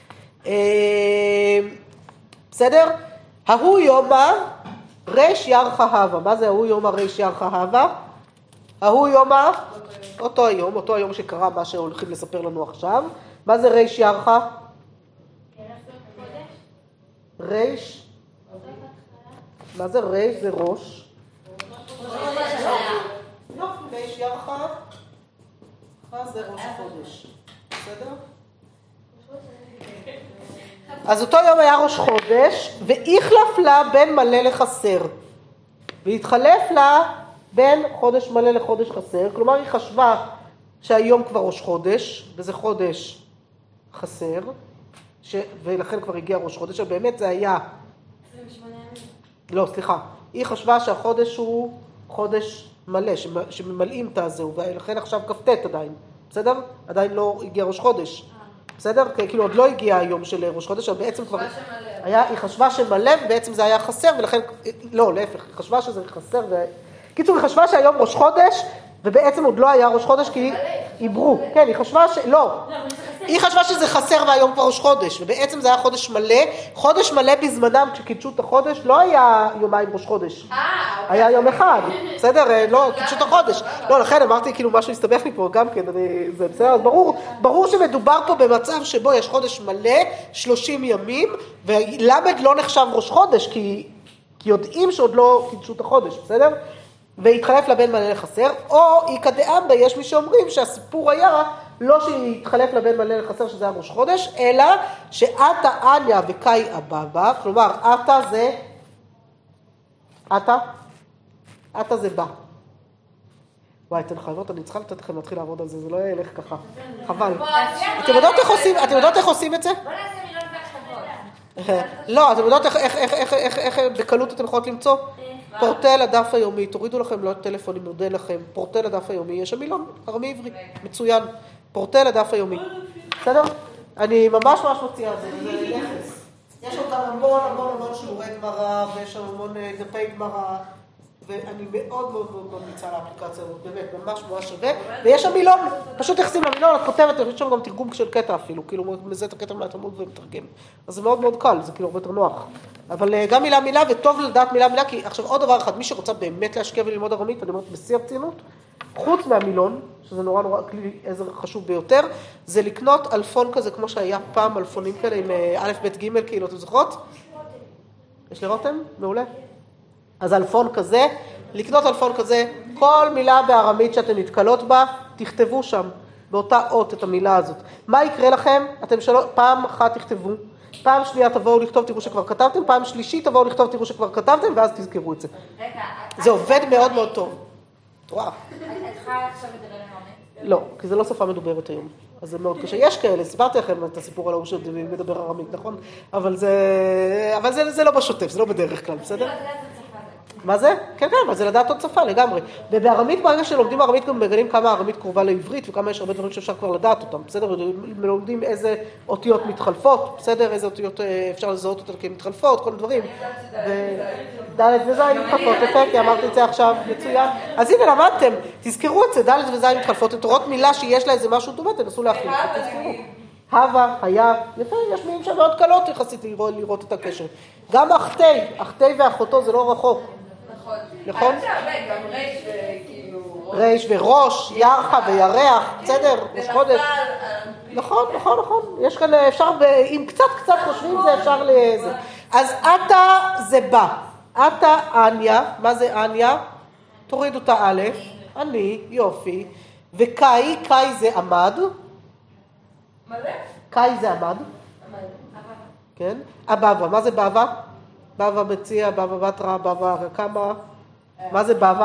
בסדר? ההוא יומא ריש ירחא הווה. מה זה ההוא יומא ריש ירחא הווה? ההוא יומא, אותו היום שקרה מה שהולכים לספר לנו עכשיו. מה זה ריש ירחא? ריש, מה זה ריש? זה ראש. יופי, ריש ירחא, זה ראש חודש. בסדר? אז אותו יום היה ראש חודש, והחלף לה בין מלא לחסר. והתחלף לה בין חודש מלא לחודש חסר. כלומר, היא חשבה שהיום כבר ראש חודש, וזה חודש חסר. ולכן כבר הגיע ראש חודש, אבל באמת זה היה... 28 ימים. לא, סליחה. היא חשבה שהחודש הוא חודש מלא, שממלאים את הזהו, ולכן עכשיו כ"ט עדיין. בסדר? עדיין לא הגיע ראש חודש. בסדר? כאילו עוד לא הגיע היום של ראש חודש, אבל בעצם כבר... היא חשבה שמלא, ובעצם זה היה חסר, ולכן... לא, להפך, היא חשבה שזה חסר, קיצור, היא חשבה שהיום ראש חודש, ובעצם עוד לא היה ראש חודש, כי עברו. כן, היא חשבה לא. היא חשבה שזה חסר והיום כבר ראש חודש, ובעצם זה היה חודש מלא. חודש מלא בזמנם, כשקידשו את החודש, לא היה יומיים ראש חודש. היה יום אחד, בסדר? לא, קידשו את החודש. לא, לכן אמרתי כאילו משהו הסתבך לי פה גם כן, זה בסדר, אז ברור שמדובר פה במצב שבו יש חודש מלא, 30 ימים, ולמד לא נחשב ראש חודש, כי יודעים שעוד לא קידשו את החודש, בסדר? והתחלף לבן מלא לחסר, או איקא דאמרי, יש מי שאומרים שהסיפור היה לא שיתחלף לבן מלא לחסר שזה היה ראש חודש, אלא שאתה אניה וקאי אבבה, כלומר, אתה זה בא. וואי, אתן חייבות, אני צריכה לתת לכם להתחיל לעבוד על זה, זה לא ילך ככה. חבל. אתם יודעות איך עושים את זה? בוא נעשה מיליון והכתבות. לא, אתם יודעות איך בקלות אתם יכולות למצוא? פורטל הדף היומי, תורידו לכם לא טלפון, אני מודה לכם, פורטל הדף היומי, יש שם מילון, ארמי עברי, מצוין, פורטל הדף היומי, בסדר? אני ממש מציעה את זה, זה נכס. יש שם גם המון שיעורי גמרא, ויש שם המון דפי גמרא, ואני מאוד ממליצה לאפליקציה הזאת, באמת, ממש שווה, ויש שם מילון, פשוט יחסים למילון, את כותבת, יש שם גם תרגום של קטע אפילו, כאילו מזה את הקטע מהתלמוד ומתרגם, אז זה מאוד קל, זה כאילו הרבה יותר נוח, אבל גם מילה, וטוב לדעת מילה, כי עכשיו עוד דבר אחד, מי שרוצה באמת להשקיע וללמוד ארמית, אני אומרת בשיא הרצינות, חוץ מהמילון, שזה נורא כלי עזר חשוב ביותר, זה לקנות אלפון כזה, כמו שהיה פעם אלפונים כאלה עם א' ב' ג' כאילו, אתם זוכרות? יש לרותם? מעולה. אז אלפון כזה, לקנות אלפון כזה, כל מילה בארמית שאתם נתקלות בה, תכתבו שם, באותה אות את המילה הזאת. מה יקרה לכם? אתם פעם אחת תכתבו, פעם שנייה תבואו לכתוב, תראו שכבר כתבתם, פעם שלישית תבואו לכתוב, תראו שכבר כתבתם, ואז תזכרו את זה. זה עובד מאוד טוב. וואו. את יכולה עכשיו לדבר ארמית? לא, כי זה לא שפה מדוברת היום. אז זה מאוד קשה. יש כאלה, סיפרתי לכם את הסיפור על ההוא שמדבר ארמית, נכון? אבל זה לא בשוטף, זה לא בדרך כלל, בסדר? מה זה? כן, אבל זה לדעת עוד שפה לגמרי. ובארמית, ברגע שלומדים ארמית, גם מגלים כמה ארמית קרובה לעברית, וכמה יש הרבה דברים שאפשר כבר לדעת אותם, בסדר? לומדים איזה אותיות מתחלפות, בסדר? איזה אותיות אפשר לזהות אותן כמתחלפות, כל הדברים. ד' וז' מתחלפות, יפה, כי אמרתי את זה עכשיו, מצוין. אז הנה, למדתם, תזכרו את זה, ד' וז' מתחלפות, את רואות מילה שיש לה איזה משהו דומה, תנסו להחליף, תזכרו. הווה, היה, יפה, יש מילים שמאוד קלות יחסית לראות את הקשר. גם אחתי ואחותו זה לא רחוק. נכון? גם רייש וכאילו... רייש וראש, ירחה וירח, בסדר, ראש חודש. נכון. יש כאן, אפשר, אם קצת חושבים זה אפשר לזה. אז אתה זה בא. אתה אניה, מה זה אניה? תורידו את א', אני, יופי. וקאי, קאי זה עמד. מה זה? קאי זה עמד. כן? אבבה, מה זה בבא? בבא מציע, בבא בתרא, בבא כמה? מה זה בבא?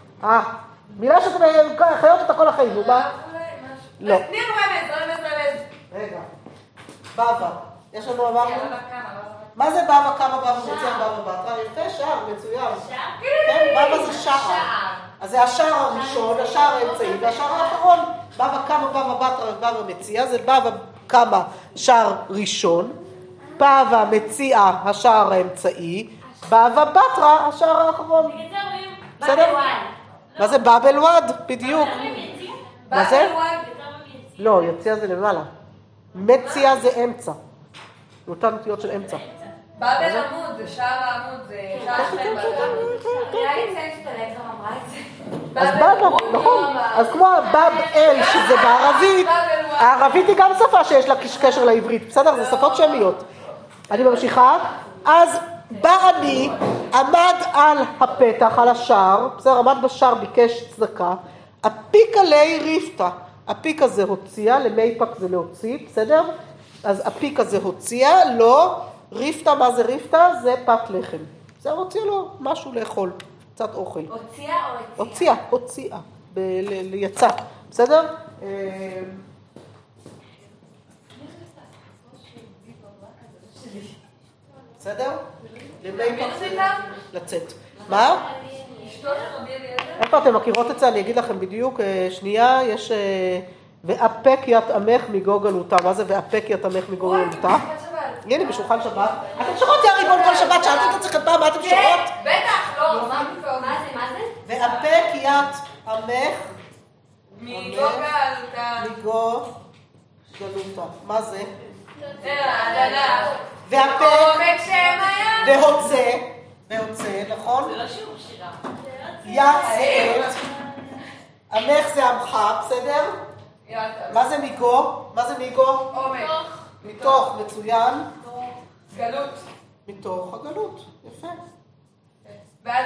מילה שאתם חיות אותה כל החיים, הוא בא? לא. תני רמז. רגע, בבא. יש לנו אמרנו? מה זה בבא, כמה בבא מציע, בבא בתרא? יפה, שער, מצוין. כן, בבא זה שער. אז זה השער הראשון, השער האמצעי, והשער האחרון. בבא כמה, בבא בתרא, בבא מציע, זה בבא כמה, שער ראשון. בבא מציע, השער האמצעי. בבא בתרא, השער האחרון. בסדר? מה זה בבל וואד? בדיוק. מה זה? לא, יציע זה למעלה. מציע זה אמצע. אותן אותיות של אמצע. בבל עמוד, זה שער העמוד, זה שער אחרי בבל עמוד. נראה לי ציין שתלקרם אמרה את זה. אז בבל, נכון. אז כמו בב אל, שזה בערבית, הערבית היא גם שפה שיש לה קשר לעברית. בסדר? זה שפות שמיות. אני ממשיכה. אז בא אני, עמד על הפתח, על השער, בסדר, עמד בשער, ביקש צדקה, הפיק עלי ריפתא, הפיק הזה הוציאה, למייפק זה להוציא, בסדר? אז הפיק הזה הוציאה, לא, ריפתא, מה זה ריפתא? זה פת לחם. בסדר, הוציאה לו משהו לאכול, קצת אוכל. הוציאה או הציעה? הוציאה, יצא, בסדר? בסדר? לצאת. מה? איפה אתם מכירות את זה? אני אגיד לכם בדיוק, שנייה, יש ואפק יתאמך מגוגלותה. מה זה ואפק יתאמך מגוגלותה? הנה, בשולחן שבת. אתם שרות יריבון כל שבת, שאלתי את עצמכם פעם, מה אתם שרות? בטח, לא, מה זה? ואפק יתאמך מגוגלותה. מה זה? והפק והוצא, נכון? זה לא שיעור שירה. יצאת, עמך זה עמך, בסדר? מה זה מיגו? עומק. מתוך, מצוין. גלות. מתוך הגלות, יפה. ואז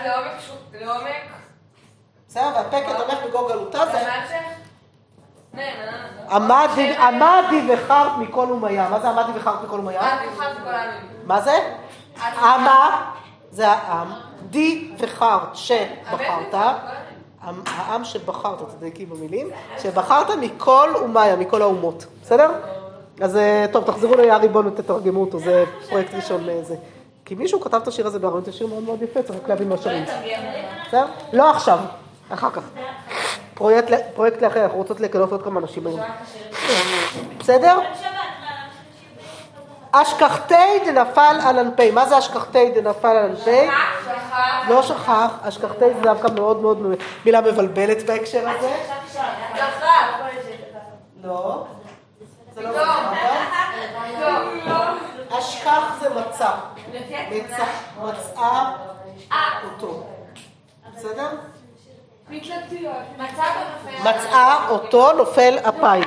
לעומק. בסדר, והפק יתאמך מגו גלותה זה... לא עמדי וחרת מכל ומיה. מה זה עמדי וחרת מכל ומיה? מה זה? עמה זה העם, די וחרת שבחרת, העם שבחרת, תדייקי במילים, שבחרת מכל ומיה, מכל האומות, בסדר? אז טוב, תחזרו ליער ריבון ותתרגמו אותו, זה פרויקט ראשון לזה. כי מישהו כתב את השיר הזה בארמית, זה שיר מאוד מאוד יפה, צריך להבין מה שרים. בסדר? לא עכשיו, אחר כך. פרויקט לאחר, אנחנו רוצות לקנות עוד כמה אנשים היום. בסדר? אשכחתי דנפל על אנפי. מה זה אשכחתי דנפל על אנפי? לא שכח, אשכחתי זה דווקא מאוד מאוד מילה מבלבלת בהקשר הזה. לא. זה לא אשכח זה מצא. מצאה אותו. בסדר? מצאה אותו נופל אפיים.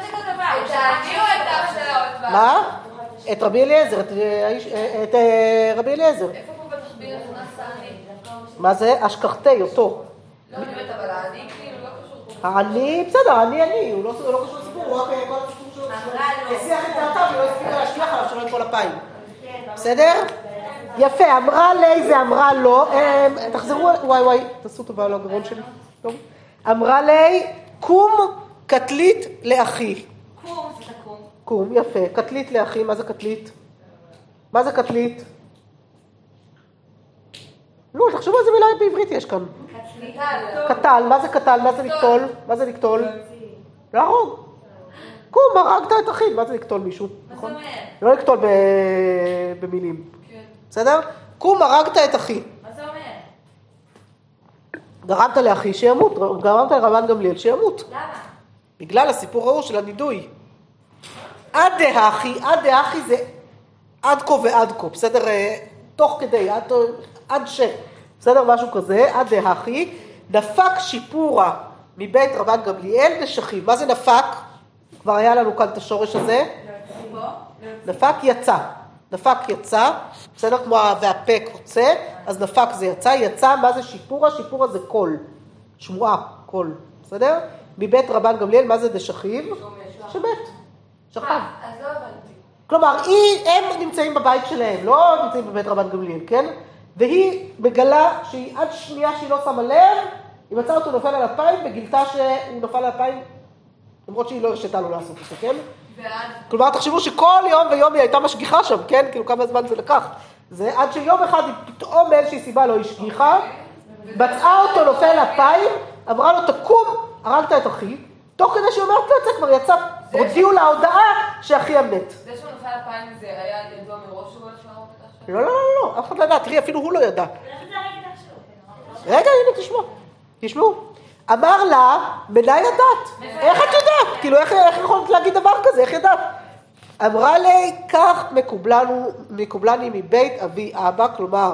מה? את רבי אליעזר, את רבי אליעזר. איפה פה בתחביר זה נסע? מה זה? אשכחתי אותו. לא יודעת, אבל אני כאילו לא קשור פה. אני, בסדר, אני, הוא לא קשור לסיפור, הוא רק כל הסיפור שלו. הסיח את דעתה ולא הספיקה להשליח עליו שלא יפול אפיים. בסדר? יפה, אמרה לי זה אמרה לא. תחזרו, וואי, תעשו טובה על הגרון שלי. אמרה לי, קום קטלית לאחי. קום, זה תקום. קום, יפה. קטלית לאחי, מה זה קטלית? מה זה קטלית? לא, תחשבו איזה מילה בעברית יש כאן. קטל, מה זה קטל? מה זה לקטול? מה זה לקטול? להרוג. קום, הרגת את אחי, מה זה לקטול מישהו? נכון? לא לקטול במילים. בסדר? קום, הרגת את אחי. מה זה אומר? גרמת לאחי שימות, גרמת לרבן גמליאל שימות. למה? בגלל הסיפור ההוא של הנידוי. עד דאחי זה עד כה ועד כה, בסדר? תוך כדי, עד ש, בסדר? משהו כזה, עד דאחי, נפק שיפורה מבית רבן גמליאל לשכיב. מה זה נפק? כבר היה לנו כאן את השורש הזה. נפק יצא, בסדר? כמו והפק הוצא, אז נפק זה יצא, מה זה שיפורה? שיפורה זה קול, שמועה, קול, בסדר? מבית רבן גמליאל, מה זה דשכיב? שמת, שכב. אז לא הבנתי. כלומר, הם נמצאים בבית שלהם, לא נמצאים בבית רבן גמליאל, כן? והיא מגלה שהיא עד שנייה שהיא לא שמה לב, היא מצאה אותו נופל על אפיים וגילתה שהוא נופל על אפיים, למרות שהיא לא הרשתה לו לעשות את זה, כן? כלומר, תחשבו שכל יום ויום היא הייתה משגיחה שם, כן? כאילו כמה זמן זה לקח. זה עד שיום אחד היא פתאום מאיזושהי סיבה לא השגיחה, בצעה אותו נופל על אפיים, אמרה לו תקום, הרגת את אחי, תוך כדי שהיא אומרת את זה כבר יצא, הודיעו לה הודעה שאחי המת. זה שהוא נופל הפעם זה היה ידוע מראש שהוא הולך להרוג את השם? לא, אף אחד לא ידע, תראי, אפילו הוא לא ידע. רגע, הנה, תשמעו. אמר לה, מנה ידעת. איך את יודעת? כאילו, איך יכולת להגיד דבר כזה? איך ידעת? אמרה לי, כך מקובלני מבית אבי אבא, כלומר,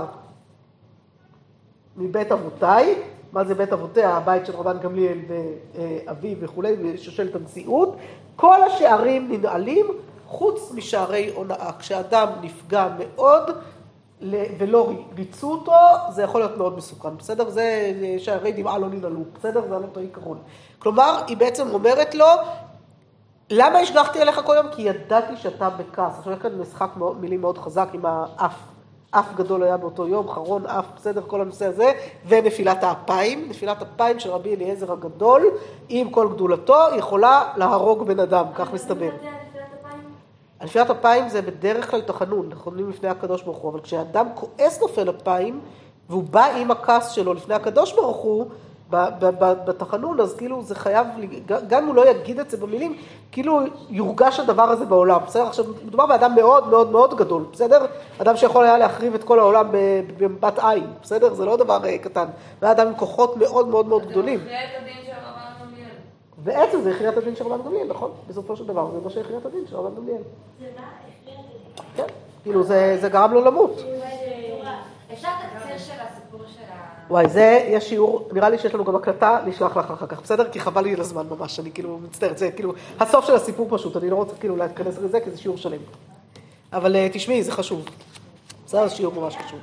מבית אבותיי. מה זה בית אבותיה? הבית של רבן גמליאל ואבי וכולי, ושושלת הנשיאות. כל השערים ננעלים חוץ משערי הונאה. כשאדם נפגע מאוד ולא ריצו אותו, זה יכול להיות מאוד מסוכן. בסדר? זה שערי דמעה לא ננעלו. בסדר? זה לא אותו עיקרון. כלומר, היא בעצם אומרת לו, למה השגחתי עליך כל יום? כי ידעתי שאתה בכעס. עכשיו, יש כאן משחק מילים מאוד חזק עם האף. אף גדול היה באותו יום, חרון אף, בסדר, כל הנושא הזה, ונפילת האפיים. נפילת האפיים של רבי אליעזר הגדול, עם כל גדולתו, יכולה להרוג בן אדם, כך מסתבר. נפילת האפיים זה בדרך כלל תחנון, תחנונים לפני הקדוש ברוך הוא, אבל כשאדם כועס נופל אפיים, והוא בא עם הכעס שלו לפני הקדוש ברוך הוא, בתחנון, אז כאילו זה חייב, גם אם הוא לא יגיד את זה במילים, כאילו יורגש הדבר הזה בעולם, בסדר? עכשיו, מדובר באדם מאוד מאוד מאוד גדול, בסדר? אדם שיכול היה להחריב את כל העולם במבט עין, בסדר? זה לא דבר קטן. ואדם עם כוחות מאוד מאוד מאוד גדולים. זה הכריע את הדין של רבן גמליאל. בעצם זה הכריע את הדין של רבן גמליאל, נכון? בסופו של דבר, זה מה שהכריע את הדין של רבן גמליאל. זה מה? הכריע את הדין? כן, כאילו זה גרם לו למות. אפשר תקציר של הסיפור של וואי, זה, יש שיעור, נראה לי שיש לנו גם הקלטה, נשלח לך אחר כך, בסדר? כי חבל לי לזמן ממש, אני כאילו מצטערת, זה כאילו, הסוף של הסיפור פשוט, אני לא רוצה כאילו להיכנס לזה, כי זה שיעור שלם. אבל תשמעי, זה חשוב. זה שיעור ממש חשוב.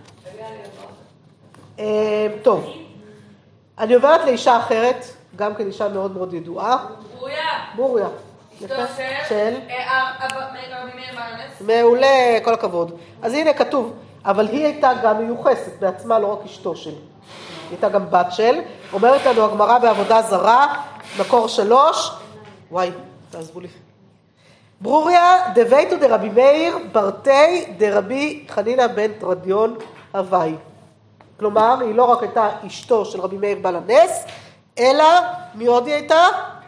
טוב, אני עוברת לאישה אחרת, גם כן אישה מאוד מאוד ידועה. בוריה. בוריה. אשתו של? רבי מאיר בעל הנס. מעולה, כל הכבוד. אז הנה כתוב, אבל היא הייתה גם מיוחסת בעצמה, לא רק אשתו של. היא הייתה גם בת של. אומרת לנו הגמרא בעבודה זרה, מקור 3, וואי, תעזבו לי. ברוריה דביתו דרבי מאיר ברתי דרבי חנינא בן תרדיון הוואי. כלומר, היא לא רק הייתה אשתו של רבי מאיר בעל הנס, אלא מי עוד היא הייתה?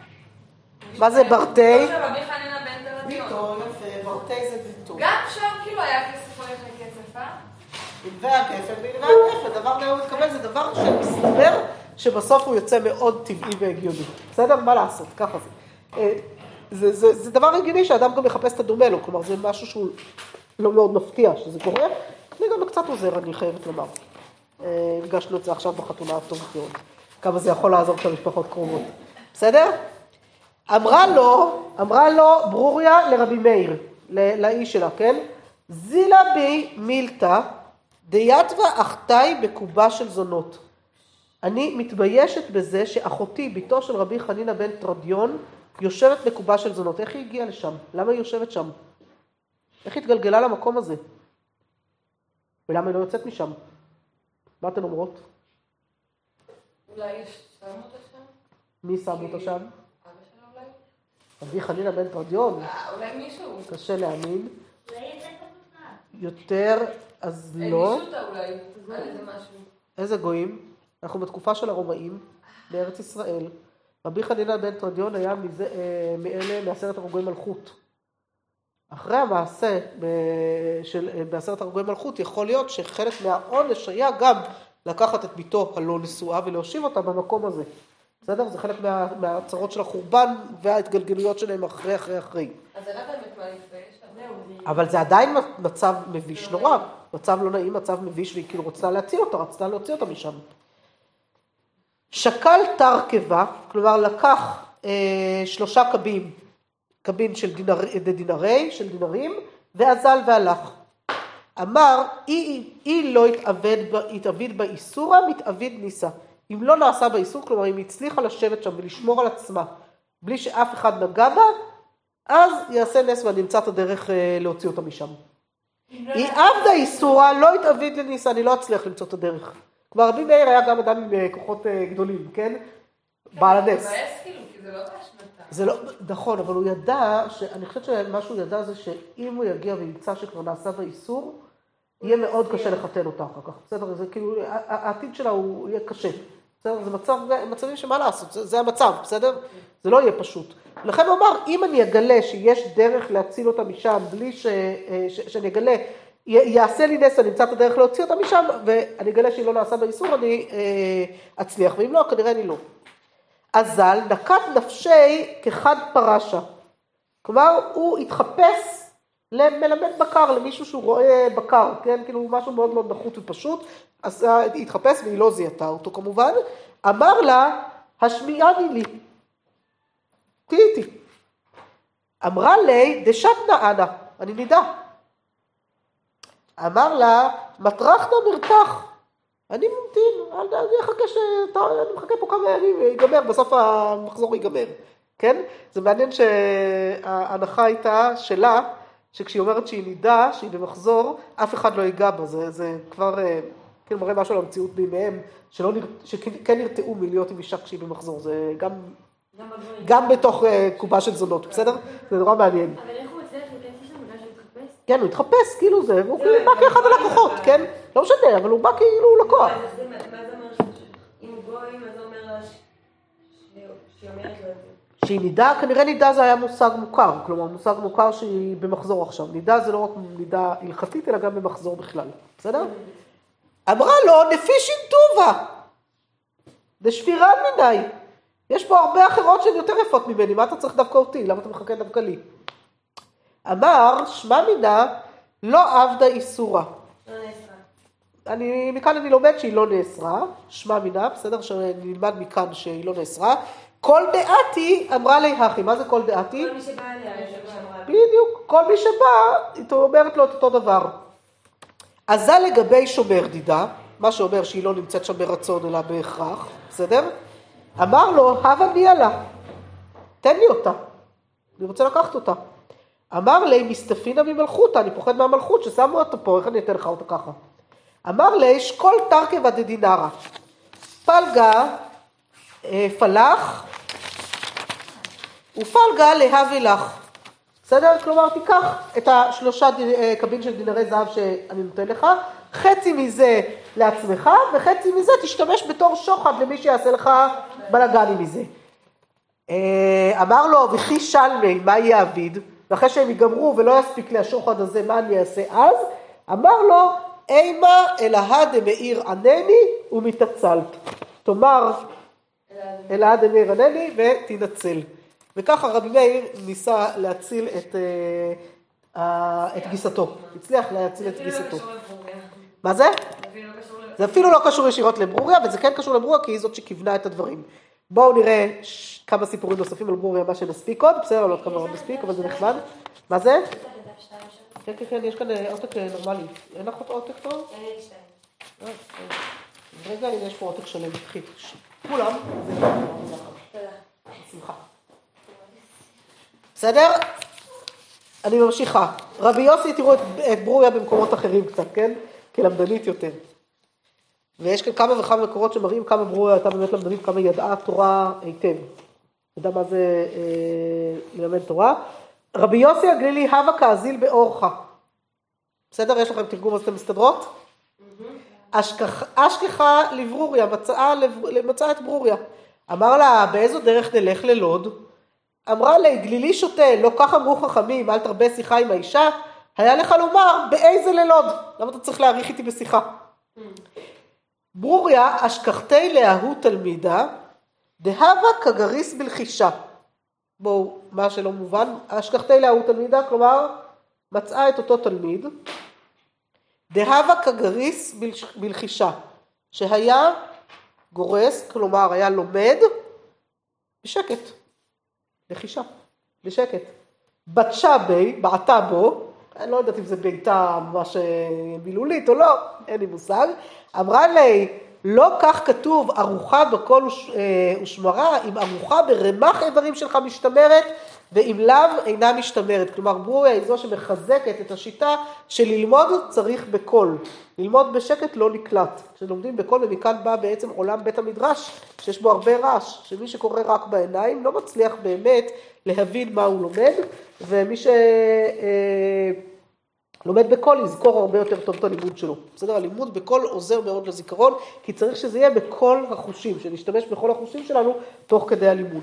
מה זה ברתי? אשתו של רבי חנינא בן תרדיון. ביתו, יפה, ברתי זה ביתו. גם שם כאילו היה כסף הולך לכסף, ענבי הכפל וענבי הכפל, דבר מה הוא מתקבל, זה דבר שמסתבר שבסוף הוא יוצא מאוד טבעי והגיוני. בסדר? מה לעשות? ככה זה. זה דבר הגיוני שאדם גם מחפש את הדומה לו, כלומר זה משהו שהוא לא מאוד מפתיע שזה קורה, אני גם קצת עוזר, אני חייבת לומר. הרגשנו את זה עכשיו בחתונה הטוב מאוד, כמה זה יכול לעזור למשפחות קרובות. בסדר? אמרה לו ברוריה לרבי מאיר, לאיש שלה, כן? זילה בי מילתא דיתווה אחתי בקובה של זונות. אני מתביישת בזה שאחותי, ביתו של רבי חנינא בן תרדיון, יושבת בקובה של זונות. איך היא הגיעה לשם? למה היא יושבת שם? איך היא התגלגלה למקום הזה? ולמה היא לא יוצאת משם? מה אתן אומרות? אולי יש שמו אותה שם? מי שם אותה שם? אבא שלה אולי? רבי חנינא בן תרדיון? אולי מישהו. קשה להאמין. אולי יצא כמובן. יותר, אז לא. מישהו אותה אולי, על איזה משהו. איזה גויים? אנחנו בתקופה של הרומאים, בארץ ישראל. רבי חנינא בן תרדיון היה מעשרת הרוגי מלכות. אחרי המעשה בעשרת הרוגי מלכות, יכול להיות שחלק מהעונש היה גם לקחת את ביתו הלא נשואה ולהושיב אותה במקום הזה. בסדר? זה חלק מהצרות של החורבן וההתגלגלויות שלהם אחרי. אז אין לה באמת מה להתבייש. אבל זה עדיין מצב מביש נורא. מצב לא נעים, מצב מביש, והיא כאילו רצתה להציל אותה, רצתה להוציא אותה משם. שקל תרכבה, כלומר לקח 3 קבין של דינרים, ואזל והלך. אמר, היא לא התאביד באיסורה, מתאביד ניסה. אם לא נעשה באיסור, כלומר אם היא הצליחה לשבת שם ולשמור על עצמה, בלי שאף אחד נגע בה, אז יעשה נס ונמצא את הדרך להוציא אותה משם. היא עבדה איסורה, לא התאביד לניסה, אני לא אצליח למצוא את הדרך. כלומר, רבי מאיר היה גם אדם עם כוחות גדולים, כן? בעל הנס. זה מבאס כאילו, כי זה לא באשמתה. זה לא, נכון, אבל הוא ידע, אני חושבת שמה שהוא ידע זה שאם הוא יגיע וימצא שכבר נעשה באיסור, יהיה מאוד קשה לחתן אותה אחר כך. בסדר, זה כאילו, העתיד שלה הוא יהיה קשה. בסדר, זה מצבים שמה לעשות, זה המצב, בסדר? זה לא יהיה פשוט. לכן הוא אמר, אם אני אגלה שיש דרך להציל אותה משם, בלי שאני אגלה, יעשה לי נס, אני אמצא את הדרך להוציא אותה משם, ואני אגלה שהיא לא נעשה באיסור, אני אצליח, ואם לא, כנראה אני לא. אזל נקט נפשי כחד פרשה. כלומר, הוא התחפש למלמד בקר, למישהו שהוא רואה בקר, כן? כאילו משהו מאוד מאוד נחות ופשוט, אז התחפש והיא לא זיהתה אותו כמובן. אמר לה, השמיעני לי. תהי איתי. אמרה לי, דשתנה אנה, אני נידה. אמר לה, מטרחת מרתח. אני ממתין, אני מחכה פה כמה ימים, ייגמר, בסוף המחזור ייגמר. כן? זה מעניין שההנחה הייתה שלה, שכשהיא אומרת שהיא נידה, שהיא במחזור, אף אחד לא ייגע בה. זה כבר כן מראה משהו על המציאות בימיהם, שכן נרתעו מלהיות עם אישה כשהיא במחזור. זה גם בתוך קובה של זונות, בסדר? זה נורא מעניין. אבל איך הוא מצליח להיכנס לשם בגלל שהוא התחפש? כן, הוא התחפש, כאילו זה, והוא כאילו בא כאחד הלקוחות, כן? לא משנה, אבל הוא בא כאילו לקוח. מה זה אומר אם הוא גוי, מה זה אומר לה שהיא אומרת לו את זה? שהיא נידה, כנראה נידה זה היה מושג מוכר, כלומר מושג מוכר שהיא במחזור עכשיו. נידה זה לא רק נידה הלכתית, אלא גם במחזור בכלל, בסדר? אמרה לו, נפישין טובה, דשפירה מיני. יש פה הרבה אחרות שהן יותר יפות ממני, מה אתה צריך דווקא אותי? למה אתה מחכה דווקא לי? אמר, שמע מינה, לא עבדה איסורה. לא נאסרה. מכאן אני לומד שהיא לא נאסרה, שמע מינה, בסדר? שנלמד מכאן שהיא לא נאסרה. כל דעתי אמרה לי הכי, מה זה כל דעתי? כל מי שבא אליה, יש שם שאמרה. בדיוק, כל מי שבא, היא אומרת לו את אותו דבר. אז זה לגבי שומר דידה, מה שאומר שהיא לא נמצאת שם ברצון אלא בהכרח, בסדר? אמר לו, הווה נהיה לה, תן לי אותה. אני רוצה לקחת אותה. אמר לי, מסתפינה ממלכותה, אני פוחד מהמלכות ששמו אותה פה, איך אני אתן לך אותה ככה? אמר לי, שכל תרקה ודדינרה, פלגה, פלח, ופלגה להביא לך. בסדר? כלומר, תיקח את השלושה קבין של דינרי זהב שאני נותן לך, חצי מזה לעצמך, וחצי מזה תשתמש בתור שוחד למי שיעשה לך בלגני מזה. אמר לו, וכי שלמי, מה יעביד? ואחרי שהם יגמרו ולא יספיק לי השוחד הזה, מה אני אעשה אז? אמר לו, אימה אלהה דמאיר ענני ומתעצלת. תאמר, אלהה דמאיר ענני ותנצל. וככה רבי מאיר ניסה להציל את גיסתו. הצליח להציל את גיסתו. מה זה? זה אפילו לא קשור ישירות לברוריה, וזה כן קשור לברוריה כי היא זאת שכיוונה את הדברים. בואו נראה כמה סיפורים נוספים על ברוריה, מה שנספיק עוד. בסדר, לא עוד כמה עוד נספיק, אבל זה נחמד. מה זה? כן, כן, כן, יש כאן עותק נורמלי. אין לך עותק טוב? רגע, יש פה עותק שלם. כולם. שמחה. בסדר? אני ממשיכה. רבי יוסי, תראו את ברוריה במקומות אחרים קצת, כן? כלמדנית יותר. ויש כאן כמה וכמה מקורות שמראים כמה ברוריה הייתה באמת למדנית, כמה ידעה תורה היטב. ידע מה זה ללמד תורה. רבי יוסי הגלילי, הווה כאזיל באורחה. בסדר? יש לכם תרגום אז אתם מסתדרות? אשכחה לברוריה, מצאה את ברוריה. אמר לה, באיזו דרך נלך ללוד? אמרה לה, גלילי שותה, לא כך אמרו חכמים, אל תרבה שיחה עם האישה, היה לך לומר, באיזה ללוד? למה אתה צריך להעריך איתי בשיחה? ברוריה, אשכחתי לההו תלמידה, דהבה כגריס בלחישה. בואו, מה שלא מובן, אשכחתי לההו תלמידה, כלומר, מצאה את אותו תלמיד, דהבה כגריס בלחישה, שהיה גורס, כלומר, היה לומד, בשקט. לחישה, בשקט. בתשה בי, בעטה בו, אני לא יודעת אם זה ביתה ממש מילולית או לא, אין לי מושג. אמרה לי, לא כך כתוב, ארוחה בכל ושמרה, אם ארוחה ברמח איברים שלך משתמרת, ואם לאו אינה משתמרת. כלומר, ברוריה היא זו שמחזקת את השיטה שללמוד צריך בקול. ללמוד בשקט לא נקלט. כשלומדים בקול ומכאן בא בעצם עולם בית המדרש, שיש בו הרבה רעש, שמי שקורא רק בעיניים לא מצליח באמת להבין מה הוא לומד, ומי שלומד בקול יזכור הרבה יותר טוב את הלימוד שלו. בסדר, הלימוד בקול עוזר מאוד לזיכרון, כי צריך שזה יהיה בכל החושים, שנשתמש בכל החושים שלנו תוך כדי הלימוד.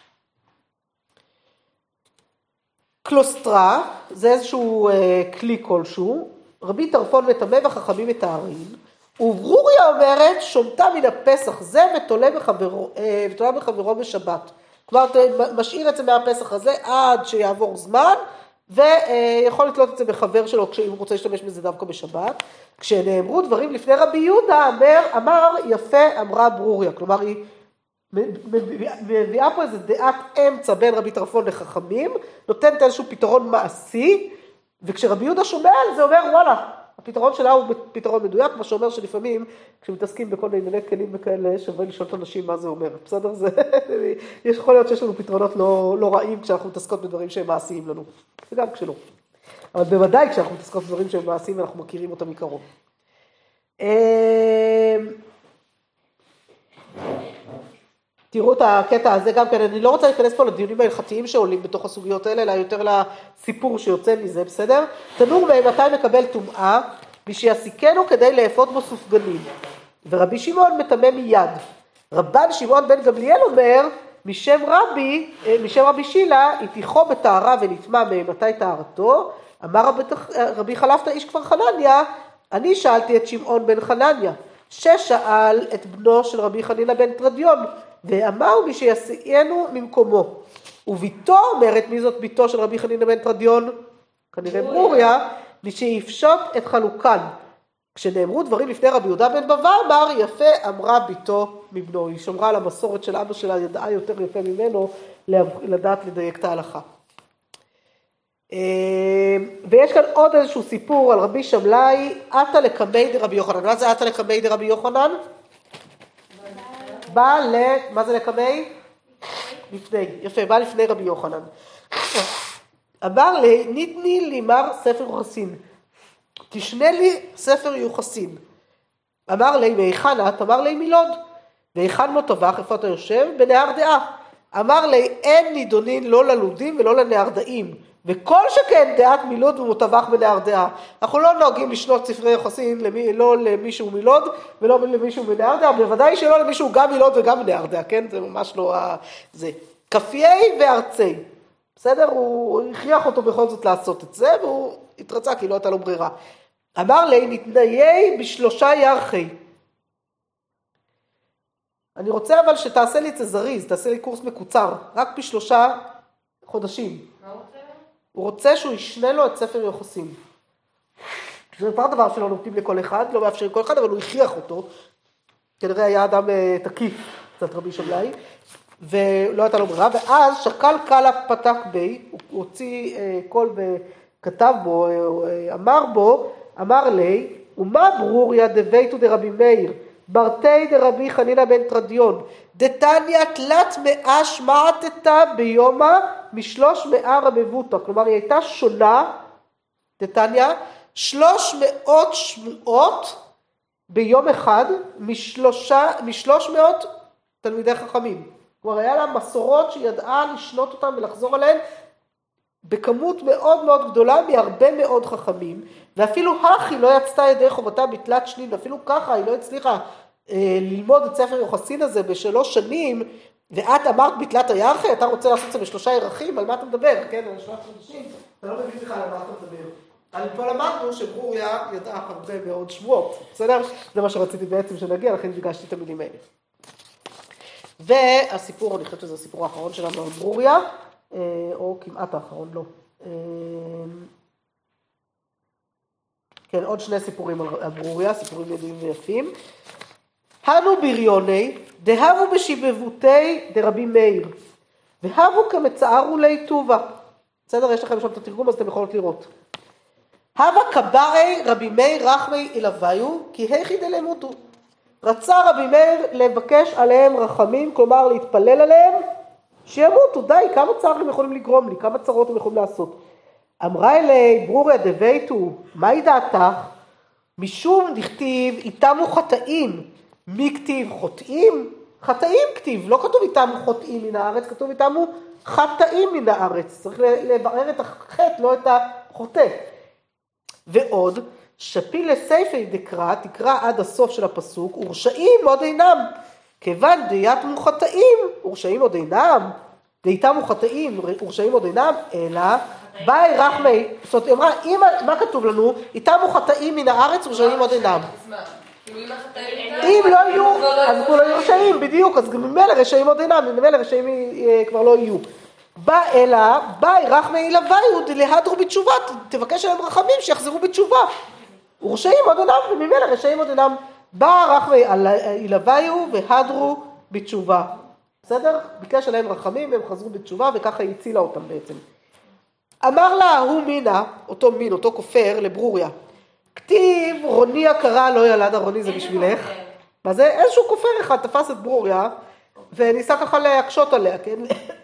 קלוסטרה, זה איזשהו כלי כלשהו, רבי טרפון מטמא וחכמים מתארים, וברוריה אומרת, שומתה מן הפסח זה ותולה בחברו בשבת. כלומר, משאיר את זה מהפסח הזה עד שיעבור זמן, ויכול לתלות את זה בחבר שלו כשאם הוא רוצה להשתמש בזה דווקא בשבת. כשנאמרו דברים לפני רבי יהודה, אמר יפה אמרה ברוריה, כלומר היא מביאה פה איזו דעת אמצע בין רבי טרפון לחכמים, נותנת איזשהו פתרון מעשי, וכשרבי יהודה שומע על זה אומר וואלה, הפתרון שלה הוא פתרון מדויק, מה שאומר שלפעמים כשמתעסקים בכל מיני כלים וכאלה שווה לשאול את אנשים מה זה אומר. בסדר? זה יכול להיות שיש לנו פתרונות לא רעים כשאנחנו מתעסקות בדברים שהם מעשיים לנו, וגם כשלא. אבל בוודאי כשאנחנו מתעסקות בדברים שהם מעשיים אנחנו מכירים אותם מקרוב. תראו את הקטע הזה גם כן, אני לא רוצה להיכנס פה לדיונים ההלכתיים שעולים בתוך הסוגיות האלה, אלא יותר לסיפור שיוצא מזה, בסדר? תנור מתי מקבל טומאה, מי שיסיקנו כדי לאפות בו סופגנים. ורבי שמעון מטמא מיד. רבן שמעון בן גמליאל אומר, משם רבי שילה, התיכו בטהרה ונטמא מתי טהרתו, אמר רבי חלפתא איש כפר חנניה, אני שאלתי את שמעון בן חנניה, ששאל את בנו של רבי חנינא בן תרדיון, ואמר מי שיסיענו ממקומו. וביתו אומרת, מי זאת ביתו של רבי חנינא בן תרדיון? כנראה ברוריה, מי שיפשוט את חנוכן. כשנאמרו דברים לפני רבי יהודה בן בבא, אמר יפה אמרה ביתו מבנו. היא שמרה על המסורת של אבא שלה, ידעה יותר יפה ממנו לדעת לדייק את ההלכה. ויש כאן עוד איזשהו סיפור על רבי שמלאי, עתה לקמי דרבי יוחנן. מה זה עתה לקמי דרבי יוחנן? מה זה לקמי? לפני, יפה, בא לפני רבי יוחנן. אמר לי, ניתני לי מר ספר יוחסין. תשנה לי ספר יוחסין. אמר לי, מהיכן את? אמר לי, מלוד. והיכן מוטבח, איפה אתה יושב? בנהר דעה. אמר לי, אין נידונין לא ללודים ולא לנהר דעים. וכל שכן דעת מלוד ומוטבח בנהר דעה. אנחנו לא נוהגים לשנות ספרי יוחסין, לא למישהו מלוד ולא למישהו מנהר דעה, בוודאי שלא למישהו גם מלוד וגם מנהר דעה, כן? זה ממש לא זה. כפיי וארצי. בסדר? הוא הכריח אותו בכל זאת לעשות את זה, והוא התרצה כי לא הייתה לו ברירה. אמר לי, נתניי בשלושה ירחי. אני רוצה אבל שתעשה לי את זה זריז, תעשה לי קורס מקוצר, רק בשלושה חודשים. מה הוא רוצה? הוא רוצה שהוא ישנה לו את ספר יוחסין. זה כבר דבר שלא נותנים לכל אחד, לא מאפשרים לכל אחד, אבל הוא הכריח אותו. כנראה היה אדם תקיף, קצת רבי שבלאי, ולא הייתה לו ברירה, ואז שקל קלה פתק בי, הוא הוציא קול וכתב בו, אמר לי, ומה ברוריה דביתו דרבי מאיר, ברתי דרבי חנינא בן תרדיון, דתניא תלת מאה שמעתתא ביומא מ300 רבבותא, כלומר היא הייתה שונה, דתניא, 300 שמועות ביום אחד מ300 תלמידי חכמים. כלומר היה לה מסורות שידעה לשנות אותם ולחזור עליהן בכמות מאוד מאוד גדולה מהרבה מאוד חכמים, ואפילו הכי לא יצתה ידי חובתה בתלת שנים, ואפילו ככה היא לא הצליחה ללמוד את ספר יוחסין הזה ב3 שנים, ואת אמרת בתלת הירחי, אתה רוצה לעשות את זה ב3 ירחים, על מה אתה מדבר? כן, על 3 חודשים, אתה לא מבין בכלל על מה אתה מדבר. על פה למדנו שברוריה ידעה הרבה מאוד שמועות, בסדר? זה מה שרציתי בעצם שנגיע, לכן ביקשתי את המילים האלה. והסיפור, אני חושבת שזה הסיפור האחרון שלנו על ברוריה, או כמעט האחרון, לא. כן, עוד 2 סיפורים על ברוריה, סיפורים ידועים ויפים. הנו בריוני, דהבו בשיבבותי דרבי מאיר, והבו כמצערו לי טובה. בסדר, יש לכם שם את התרגום, אז אתם יכולות לראות. הווה קבעי רבי מאיר רחמי אלוויו, כי היכי דלמותו. רצה רבי מאיר לבקש עליהם רחמים, כלומר להתפלל עליהם, שימותו, די, כמה צער הם יכולים לגרום לי, כמה צרות הם יכולים לעשות. אמרה אלי, ברוריה דביתו, מהי דעתך? משום דכתיב, איתמו חטאים. מי כתיב? חוטאים? חטאים כתיב, לא כתוב איתמו חוטאים מן הארץ, כתוב איתמו חטאים מן הארץ. צריך לברר את החטא, לא את החוטא. ועוד, שפיל לסייפי דקרא, תקרא עד הסוף של הפסוק, ורשעים עוד אינם. כיוון דייתמו חטאים, ורשעים עוד אינם. דייתמו חטאים, ורשעים עוד אינם, אלא באי רחמי, זאת אומרת, מה כתוב לנו? איתמו חטאים מן הארץ, ורשעים עוד אינם. אם לא יהיו, אז כבר לא יהיו רשעים, בדיוק, אז גם ממילא רשעים עוד אינם, ממילא רשעים כבר לא יהיו. באי רחמי אלוויו דלהדרו בתשובה, תבקש עליהם רחמים שיחזרו בתשובה. ורשעים עוד אינם, וממילא רשעים עוד אינם. בא רחמי אלוויו והדרו בתשובה. בסדר? ביקש עליהם רחמים והם חזרו בתשובה, וככה היא הצילה אותם בעצם. אמר לה, הוא מינה, אותו מין, אותו כופר, לברוריה. כתיב, רוני הקרא לא ילדה, רוני זה בשבילך. מה זה? איזשהו כופר אחד תפס את ברוריה, וניסה ככה להקשות עליה, כן?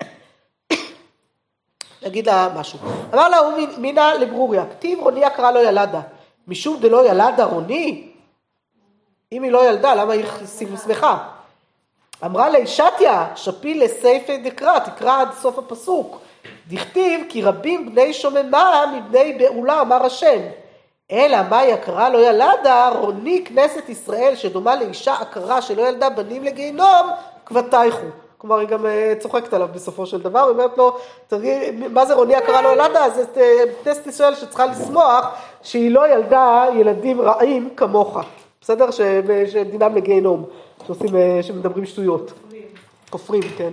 נגיד לה משהו. אמר לה, הוא מינה לברוריה. כתיב, רוני הקרא לא ילדה. משום דלא ילדה רוני? אם היא לא ילדה, למה היא שמחה? אמרה לה, שתיה, שפיל לסייפי דקרא, תקרא עד סוף הפסוק. דכתיב, כי רבים בני שוממה מבני בעולה, אמר השם. אלא מה יקרה לא ילדה, רוני כנסת ישראל שדומה לאישה עקרה שלא ילדה בנים לגיהנום, כבתייכו. כלומר, היא גם צוחקת עליו בסופו של דבר, היא אומרת לו, מה זה רוני עקרה לא ילדה? זה כנסת ישראל שצריכה לשמוח שהיא לא ילדה ילדים רעים כמוך. בסדר? שדינם לגיהנום, שמדברים שטויות. כופרים, כן.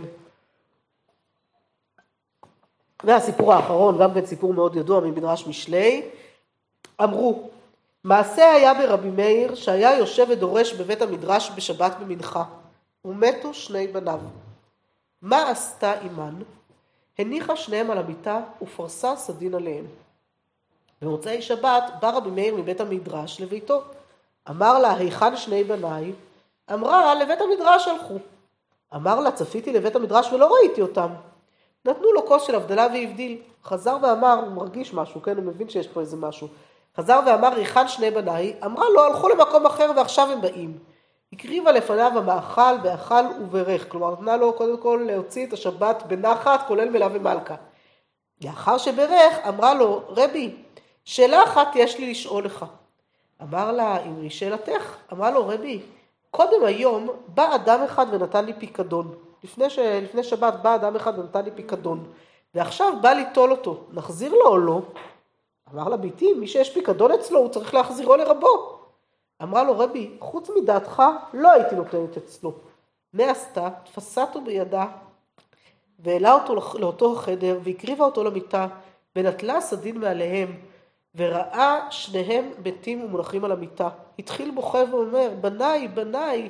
והסיפור האחרון, גם כן סיפור מאוד ידוע ממדרש משלי, אמרו, מעשה היה ברבי מאיר שהיה יושב ודורש בבית המדרש בשבת במנחה, ומתו 2 בניו. מה עשתה אימן? הניחה שניהם על המיטה ופרסה סדין עליהם. במוצאי שבת בא רבי מאיר מבית המדרש לביתו. אמר לה, היכן 2 בניי? אמרה, לבית המדרש הלכו. אמר לה, צפיתי לבית המדרש ולא ראיתי אותם. נתנו לו כוס של הבדלה והבדיל. חזר ואמר, הוא מרגיש משהו, כן? הוא מבין שיש פה איזה משהו. חזר ואמר, היכן שני בניי? אמרה לו, הלכו למקום אחר ועכשיו הם באים. הקריבה לפניו המאכל, ואכל וברך. כלומר, נתנה לו קודם כל להוציא את השבת בנחת, כולל מלה ומלכה. לאחר שברך, אמרה לו, רבי, שאלה אחת יש לי לשאול לך. אמר לה, אמרי שאלתך. אמרה לו, רבי, קודם היום בא אדם אחד ונתן לי פיקדון. לפני שבת בא אדם אחד ונתן לי פיקדון. ועכשיו בא ליטול אותו. נחזיר לו או לא? אמר לה, ביתי, מי שיש פיקדון אצלו, הוא צריך להחזירו לרבו. אמרה לו, רבי, חוץ מדעתך, לא הייתי נותנת אצלו. מה עשתה? תפסה אותו בידה, והעלה אותו לאותו החדר, והקריבה אותו למיטה, ונטלה סדין מעליהם, וראה שניהם מתים ומונחים על המיטה. התחיל בוכה ואומר, בניי, בניי,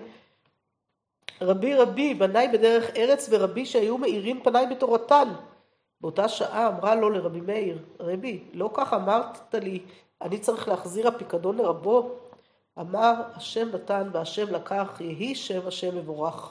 רבי רבי, בניי בדרך ארץ, ורבי שהיו מאירים פניי בתורתן. באותה שעה אמרה לו לרבי מאיר, רבי, לא כך אמרת לי, אני צריך להחזיר הפיקדון לרבו? אמר, השם נתן והשם לקח, יהי שם השם מבורך.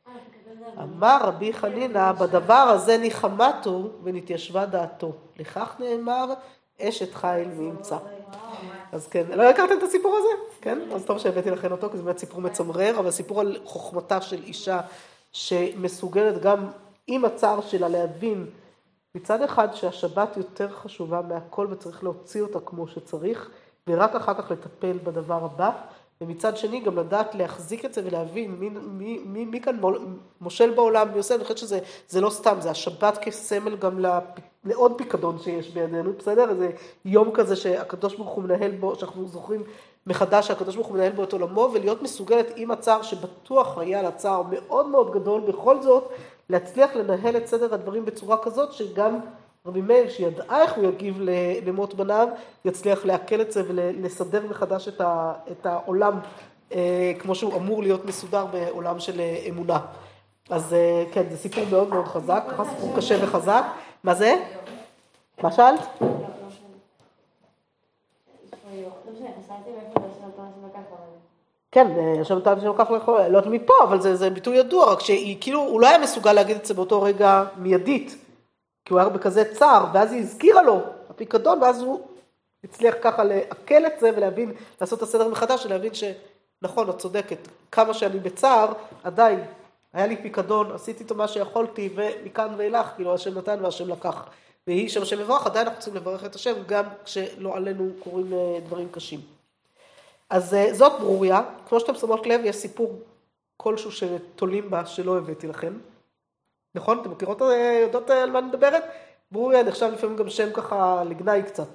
אמר רבי חנינא, בדבר הזה ניחמתו ונתיישבה דעתו. לכך נאמר, אשת חיל מי ימצא. אז כן, לא הכרתם את הסיפור הזה? כן? אז טוב שהבאתי לכם אותו, כי זה באמת סיפור מצמרר, אבל סיפור על חוכמתה של אישה שמסוגלת גם עם הצער שלה להבין מצד אחד שהשבת יותר חשובה מהכל וצריך להוציא אותה כמו שצריך, ורק אחר כך לטפל בדבר הבא, ומצד שני גם לדעת להחזיק את זה ולהבין מי כאן מושל בעולם, מי עושה, אני חושבת שזה לא סתם, זה השבת כסמל גם לעוד פיקדון שיש בידינו, בסדר? זה יום כזה שהקדוש ברוך הוא מנהל בו, שאנחנו זוכרים מחדש שהקדוש ברוך הוא מנהל בו את עולמו, ולהיות מסוגלת עם הצער שבטוח היה לצער מאוד מאוד גדול, בכל זאת להצליח לנהל את סדר הדברים בצורה כזאת שגם רבי מאיר שידעה איך הוא יגיב למות בניו, יצליח להקל את זה ולסדר מחדש את העולם כמו שהוא אמור להיות מסודר בעולם של אמונה. אז כן, זה סיפור מאוד מאוד חזק, ככה סיפור קשה וחזק. מה זה? מה שאלת? כן, עכשיו נתתי שלוקח לך, לא יודעת מפה, אבל זה ביטוי ידוע, רק שכאילו הוא לא היה מסוגל להגיד את זה באותו רגע מיידית, כי הוא היה בכזה צער, ואז היא הזכירה לו הפיקדון, ואז הוא הצליח ככה לעכל את זה ולהבין, לעשות את הסדר מחדש, ולהבין שנכון, את צודקת, כמה שאני בצער, עדיין היה לי פיקדון, עשיתי איתו מה שיכולתי, ומכאן ואילך, כאילו השם נתן והשם לקח. והיא שם השם מברך, עדיין אנחנו צריכים לברך את השם, גם כשלא עלינו קוראים דברים קשים. אז זאת ברוריה, כמו שאתם שמות לב, יש סיפור כלשהו שתולים בה, שלא הבאתי לכם. נכון? אתם מכירות, יודעות על מה אני מדברת? ברוריה נחשב לפעמים גם שם ככה לגנאי קצת.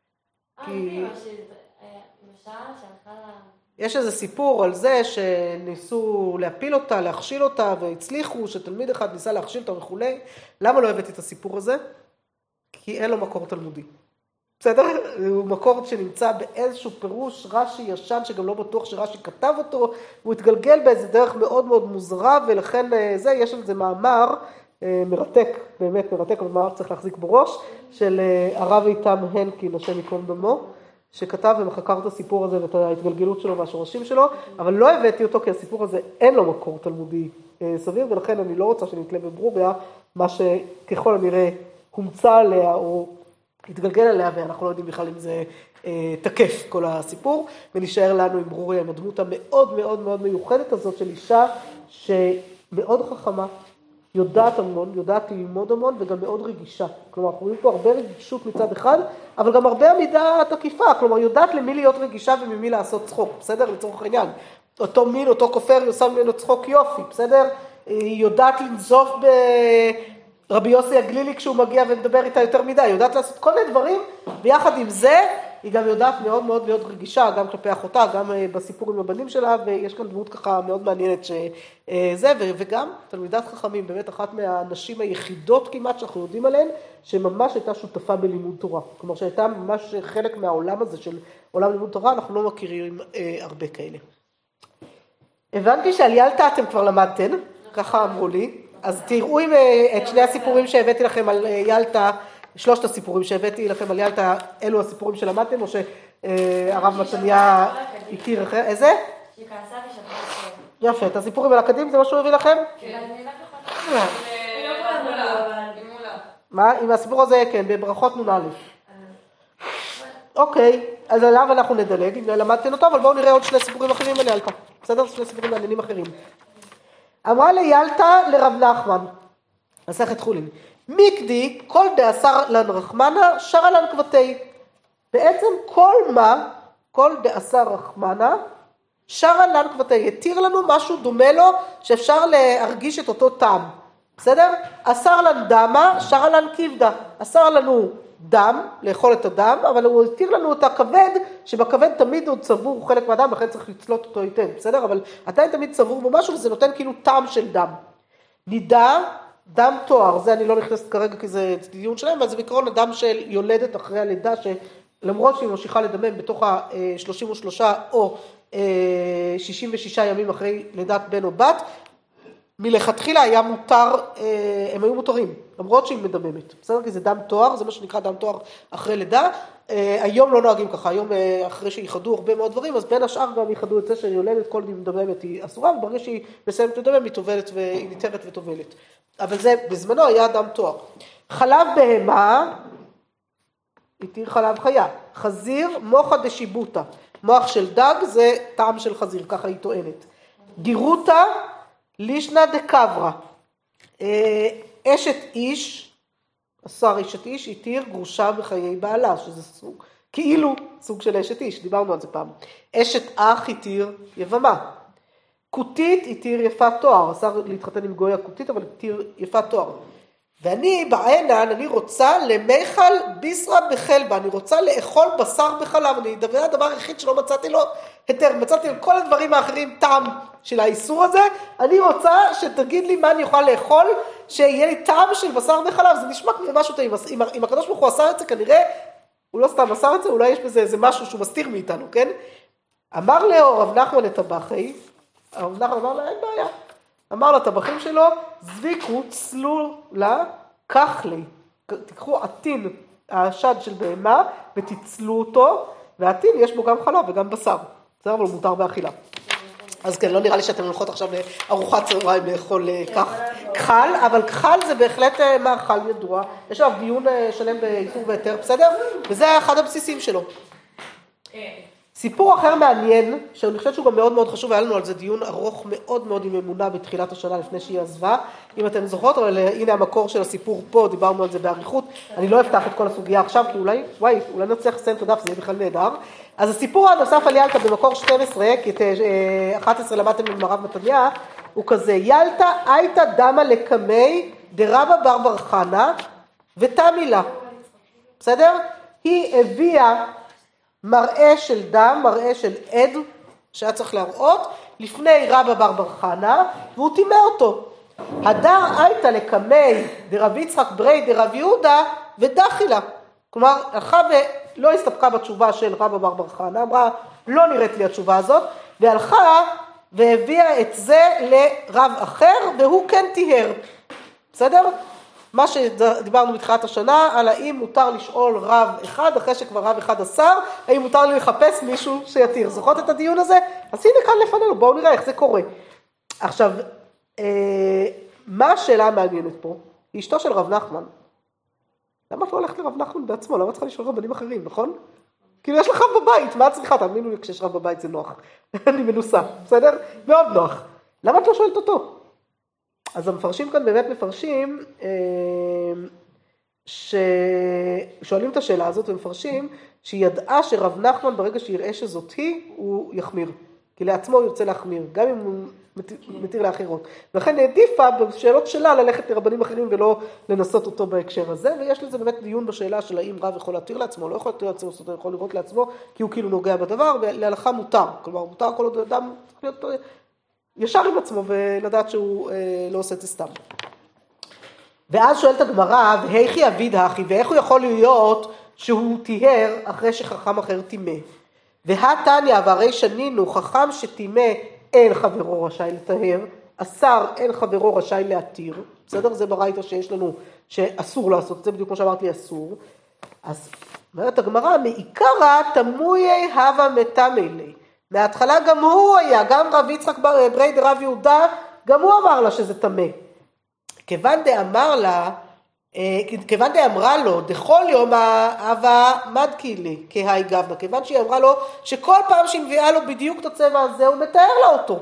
יש איזה סיפור על זה שניסו להפיל אותה, להכשיל אותה, והצליחו שתלמיד אחד ניסה להכשיל אותה וכו'. למה לא הבאתי את הסיפור הזה? כי אין לו מקור תלמודי. בסדר? הוא מקור שנמצא באיזשהו פירוש רש"י ישן, שגם לא בטוח שרש"י כתב אותו, הוא התגלגל באיזה דרך מאוד מאוד מוזרה, ולכן זה, יש על זה מאמר מרתק, באמת מרתק, אבל מאמר צריך להחזיק בראש, של הרב איתם הנקין, השם ייקום דמו, שכתב ומחקר את הסיפור הזה ואת ההתגלגלות שלו והשורשים שלו, אבל לא הבאתי אותו כי הסיפור הזה אין לו מקור תלמודי סביר, ולכן אני לא רוצה שנתלה בברוריה, מה שככל הנראה הומצא עליה או התגלגל עליה, ואנחנו לא יודעים בכלל אם זה תקף כל הסיפור, ונשאר לנו עם ברוריה, עם הדמות המאוד מאוד מאוד מיוחדת הזאת של אישה שמאוד חכמה, יודעת המון, יודעת ללמוד המון, וגם מאוד רגישה. כלומר, אנחנו רואים פה הרבה רגישות מצד אחד, אבל גם הרבה עמידה תקיפה. כלומר, יודעת למי להיות רגישה וממי לעשות צחוק, בסדר? לצורך העניין. אותו מין, אותו כופר, היא עושה ממנו צחוק יופי, בסדר? היא יודעת לנזוף ברבי יוסי הגלילי כשהוא מגיע ומדבר איתה יותר מדי. היא יודעת לעשות כל מיני דברים, ויחד עם זה, היא גם יודעת מאוד מאוד להיות רגישה, גם כלפי אחותה, גם בסיפור עם הבנים שלה, ויש כאן דמות ככה מאוד מעניינת שזה, וגם תלמידת חכמים, באמת אחת מהנשים היחידות כמעט שאנחנו יודעים עליהן, שממש הייתה שותפה בלימוד תורה. כלומר שהייתה ממש חלק מהעולם הזה של עולם לימוד תורה, אנחנו לא מכירים הרבה כאלה. הבנתי שעל ילתא אתם כבר למדתן, ככה אמרו לי, אז תראו את שני הסיפורים שהבאתי לכם על ילתא, שלושת הסיפורים שהבאתי לכם על ילתא, אלו הסיפורים שלמדתם, או שהרב מתניה הכיר אחרי, איזה? שכעסה ושברה. יפה, את הסיפורים על הקדים, זה מה שהוא הביא לכם? כן, אני אלך לך. מה? עם הסיפור הזה, כן, בברכות נ"א. אוקיי, אז עליו אנחנו נדלג, אם למדתם אותו, אבל בואו נראה עוד שני סיפורים אחרים על ילתא. בסדר? שני סיפורים מעניינים אחרים. אמרה לילתא לרב נחמן, מסכת חולין, מקדי כל דאסר לן רחמנה שרה לן כבתי. בעצם כל דאסר רחמנה שרה לן כבתי. התיר לנו משהו דומה לו שאפשר להרגיש את אותו טעם. בסדר? אסר לן דמה, שרה לן כבדה. אסר לנו דם, לאכול את הדם, אבל הוא התיר לנו את הכבד, שבכבד תמיד הוא צבור חלק מהדם, לכן צריך לצלות אותו היטב, בסדר? אבל עדיין תמיד צבור בו משהו, וזה נותן כאילו טעם של דם. נידה, דם תואר, זה אני לא נכנסת כרגע כי זה דיון שלהם, אבל זה בעיקרון הדם של יולדת אחרי הלידה, שלמרות שהיא ממשיכה לדמם בתוך ה-33 או 66 ימים אחרי לידת בן או בת, מלכתחילה היה מותר, הם היו מותרים, למרות שהיא מדממת. בסדר? כי זה דם תואר, זה מה שנקרא דם תואר אחרי לידה. היום לא נוהגים ככה, היום אחרי שיחדו הרבה מאוד דברים, אז בין השאר גם יחדו את זה שיולדת כל מדממת היא אסורה, וברגע שהיא מסיימת לדמם היא טובלת והיא ניתרת וטובלת. אבל זה בזמנו היה דם תואר. חלב בהמה, התיר חלב חיה. חזיר, מוחא דשיבוטה. מוח של דג זה טעם של חזיר, ככה היא טוענת. גירוטה, לישנה דקברה, אשת איש, אסר אשת איש, התיר גרושה בחיי בעלה, שזה סוג, כאילו סוג של אשת איש, דיברנו על זה פעם. אשת אח התיר יבמה. כותית התיר יפת תואר, אסר להתחתן עם גויה כותית, אבל התיר יפת תואר. ואני בעינן, אני רוצה למיכל ביסרה בחלבה, אני רוצה לאכול בשר בחלב, זה הדבר היחיד שלא מצאתי לו היתר, מצאתי כל הדברים האחרים טעם של האיסור הזה, אני רוצה שתגיד לי מה אני יכולה לאכול, שיהיה לי טעם של בשר בחלב, זה נשמע כמו משהו טעים, אם הקדוש ברוך הוא עשה את זה, כנראה, הוא לא סתם עשה את זה, אולי יש בזה איזה משהו שהוא מסתיר מאיתנו, כן? אמר לו רב נחמן לטבחי, רב נחמן אמר לה, אין בעיה, אמר לטבחים שלו, זביקו, צלו לה, קח לי, תיקחו עטין, השד של בהמה, ותצלו אותו, והעטין יש בו גם חלב וגם בשר, זה אבל מותר באכילה. אז כן, לא נראה לי שאתם הולכות עכשיו לארוחת צהריים לאכול כך כחל, אבל כחל זה בהחלט מאכל ידוע, יש עליו דיון שלם באיסור והיתר, בסדר? וזה היה אחד הבסיסים שלו. סיפור אחר מעניין, שאני חושבת שהוא גם מאוד מאוד חשוב, היה לנו על זה דיון ארוך מאוד מאוד עם אמונה בתחילת השנה לפני שהיא עזבה, אם אתם זוכרות, אבל הנה המקור של הסיפור פה, דיברנו על זה באריכות, אני לא אפתח את כל הסוגיה עכשיו, כי אולי נצליח לסיים את הדף, זה יהיה בכלל נהדר. אז הסיפור הנוסף על ילתא במקור 12, כי את 11 למדתם עם הרב מתניה, הוא כזה, ילתא הייתא דמה לקמי דרבא בר בר חנה ותמי לה. בסדר? היא הביאה מראה של דם, מראה של עד, שהיה צריך להראות, לפני רבא בר בר חנה, והוא טימא אותו. הדר הייתא לקמי דרב יצחק ברי דרב יהודה ודחילה. כלומר, הלכה ולא הסתפקה בתשובה של רבא בר בר חנה, אמרה, לא נראית לי התשובה הזאת, והלכה והביאה את זה לרב אחר, והוא כן טיהר. בסדר? מה שדיברנו בתחילת השנה, על האם מותר לשאול רב אחד, אחרי שכבר רב אחד אסר, האם מותר לי לחפש מישהו שיתיר. זוכרות את הדיון הזה? אז הנה כאן לפנינו, בואו נראה איך זה קורה. עכשיו, מה השאלה המעניינת פה? היא אשתו של רב נחמן. למה את לא הולכת לרב נחמן בעצמו? למה צריכה לשאול רבנים אחרים, נכון? כאילו יש לך רב בבית, מה את צריכה? תאמינו לי, כשיש רב בבית זה נוח. אני מנוסה, בסדר? מאוד נוח. למה את לא שואלת אותו? אז המפרשים כאן באמת מפרשים, ששואלים את השאלה הזאת, ומפרשים שהיא ידעה שרב נחמן ברגע שיראה שזאת היא, הוא יחמיר. כי לעצמו הוא ירצה להחמיר, גם אם הוא מתיר לאחרות. ולכן העדיפה בשאלות שלה ללכת לרבנים אחרים ולא לנסות אותו בהקשר הזה, ויש לזה באמת דיון בשאלה של האם רב יכול להתיר לעצמו, לא יכול להתיר לעצמו, הוא יכול לראות לעצמו, כי הוא כאילו נוגע בדבר, ולהלכה מותר. כלומר, מותר כל עוד אדם צריך להיות ישר עם עצמו ולדעת שהוא לא עושה את זה סתם. ואז שואלת הגמרא, והיכי אביד הכי, ואיך הוא יכול להיות שהוא טיהר אחרי שחכם אחר טימא? והתניא, והרי שנינו, חכם שטימא אין חברו רשאי לטהר, אסר אין חברו רשאי להתיר, בסדר? זה ברייתא שיש לנו שאסור לעשות, זה בדיוק כמו שאמרתי אסור. אז אומרת הגמרא, מעיקרא תמויי הווה מטמא לי. מההתחלה גם הוא היה, גם רב יצחק ברי דרב יהודה, גם הוא אמר לה שזה טמא. כיוון דאמר לה, כיוון דאמרה לו, דכל יום אהבה מדקי לי, כהי גבנה, כיוון שהיא אמרה לו, שכל פעם שהיא מביאה לו בדיוק את הצבע הזה, הוא מתאר לה אותו.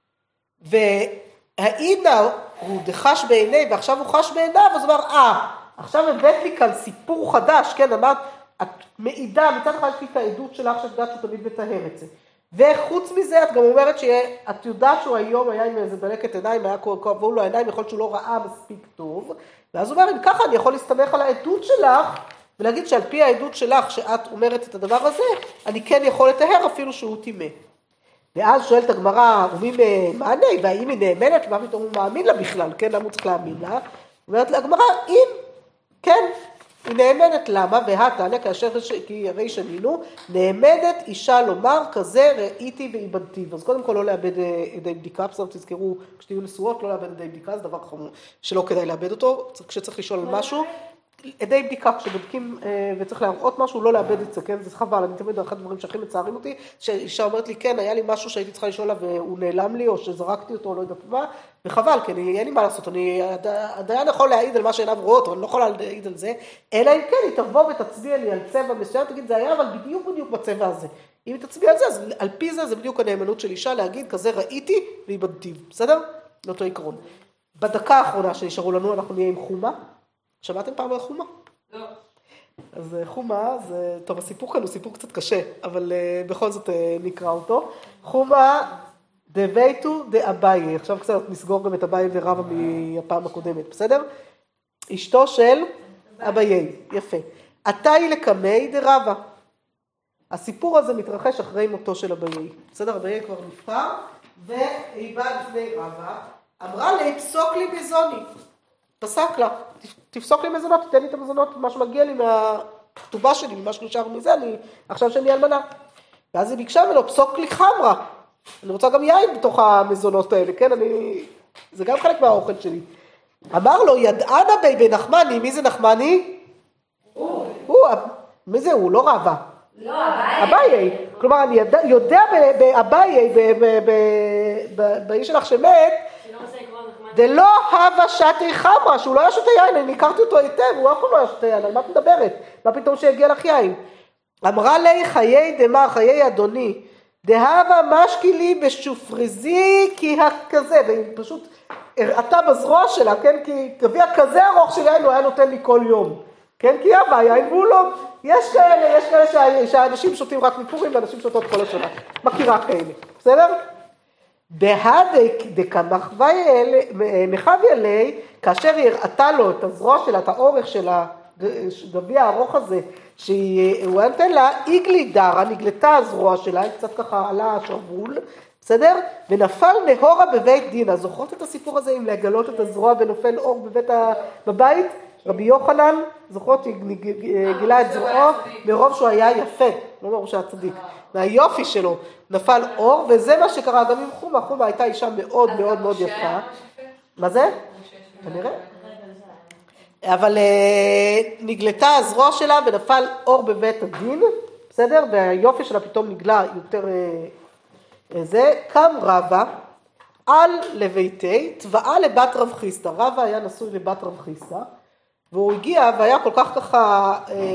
והעידה הוא דחש בעיני, ועכשיו הוא חש בעיניו, אז הוא אומר, עכשיו הבאת לי כאן סיפור חדש, כן, אמרת, את מעידה, מצד אחד יש לי את העדות שלך, שאת יודעת שהוא תמיד מתאר את זה. וחוץ מזה, את גם אומרת שאת יודעת שהוא היום היה עם איזה דלקת עיניים, היה כואבו לו העיניים, יכול להיות שהוא לא ראה מספיק טוב, ואז הוא אומר, אם ככה אני יכול להסתמך על העדות שלך, ולהגיד שעל פי העדות שלך, שאת אומרת את הדבר הזה, אני כן יכול לתאר אפילו שהוא טימא. ואז שואלת הגמרא, ומי מענה, והאם היא נאמנת, מה פתאום הוא מאמין לה בכלל, כן, למה הוא צריך להאמין לה? אומרת להגמרא, אם, כן, היא נאמנת, למה? והתנא, כאשר כי הרי שנינו, נאמדת אישה לומר, כזה ראיתי ואיבדתי. אז קודם כל לא לאבד ידי בדיקה, בסדר תזכרו, כשתהיו נשואות, לא לאבד ידי בדיקה, זה דבר חמור שלא כדאי לאבד אותו, כשצריך לשאול על משהו. ידי בדיקה, כשבודקים וצריך להראות משהו, לא לאבד את זה, כן? זה חבל, אני תמיד אחד הדברים שהכי מצערים אותי, שאישה אומרת לי, כן, היה לי משהו שהייתי צריכה לשאול עליו, והוא נעלם לי, או שזרקתי אותו, לא יודעת מה, וחבל, כן, אין לי מה לעשות, הדיין יכול להעיד על מה שעיניו רואות, אבל אני לא יכולה להעיד על זה, אלא אם כן, היא תבוא ותצביע לי על צבע מסוים, תגיד, זה היה, אבל בדיוק בצבע הזה. אם היא תצביע על זה, אז על פי זה, זה בדיוק הנאמנות של אישה להגיד, כזה ראיתי ואיבדתי, בסדר? לאותו עיקרון. בדקה האחרונה שנשארו לנו, אנחנו נהיה עם חומה. שמעתם פעם על חומה? לא. אז חומה, טוב, הסיפור כאן הוא סיפור קצת קשה, אבל בכל זאת נקרא אותו. חומה דביתו דאביי, עכשיו קצת נסגור גם את אביי ורבא מהפעם הקודמת, בסדר? אשתו של אביי, יפה. עתאי לקמי דרבא. הסיפור הזה מתרחש אחרי מותו של אביי. בסדר, אביי כבר נפטר, והיא באה לפני רבא, אמרה לי, פסוק לי מזוני. פסק לה, תפסוק לי מזונות, תתן לי את המזונות, מה שמגיע לי מהכתובה שלי, ממה שנשאר מזה, עכשיו שאני אלמנה. ואז היא ביקשה ממנו, פסוק לי חמרה. אני רוצה גם יין בתוך המזונות האלה, כן? זה גם חלק מהאוכל שלי. אמר לו, ידען אביי בנחמני, מי זה נחמני? מי זה הוא? לא רבא. לא, אביי. כלומר, אני יודע באביי, באיש שלך שמת, דלא הווה שתי חמרה, שהוא לא היה שותה יין, אני הכרתי אותו היטב, הוא אף לא היה שותה יין, על מה את מדברת? מה פתאום שיגיע לך יין? אמרה לי חיי דמה, חיי אדוני, דהווה משקי לי בשופרזי כי הכזה, והיא פשוט הראתה בזרוע שלה, כן? כי גביע כזה ארוך של יין הוא היה נותן לי כל יום, כן? כי הווה יין והוא לא. יש כאלה שהאנשים שותים רק מפורים ואנשים שותות כל השנה, מכירה כאלה, בסדר? בהדק דקמחוויה לי, כאשר היא הראתה לו את הזרוע שלה, את האורך של הגביע הארוך הזה, שהוא נתן לה, איגלי דרה, נגלתה הזרוע שלה, היא קצת ככה עלה השרוול, בסדר? ונפל נהורה בבית דינה. זוכרות את הסיפור הזה עם לגלות את הזרוע ונופל אור בבית? רבי יוחנן, זוכרות, גילה את זרועו, מרוב שהוא היה יפה, לא מרוב שהיה צדיק. מהיופי שלו נפל אור, וזה מה שקרה גם עם חומה. חומה הייתה אישה מאוד מאוד מאוד יפה. מה זה? כנראה. אבל נגלתה הזרוע שלה ונפל אור בבית הדין, בסדר? והיופי שלה פתאום נגלה יותר זה. קם רבא על לביתי, תבעה לבת רב חיסדא. רבא היה נשוי לבת רב חיסדא, והוא הגיע והיה כל כך ככה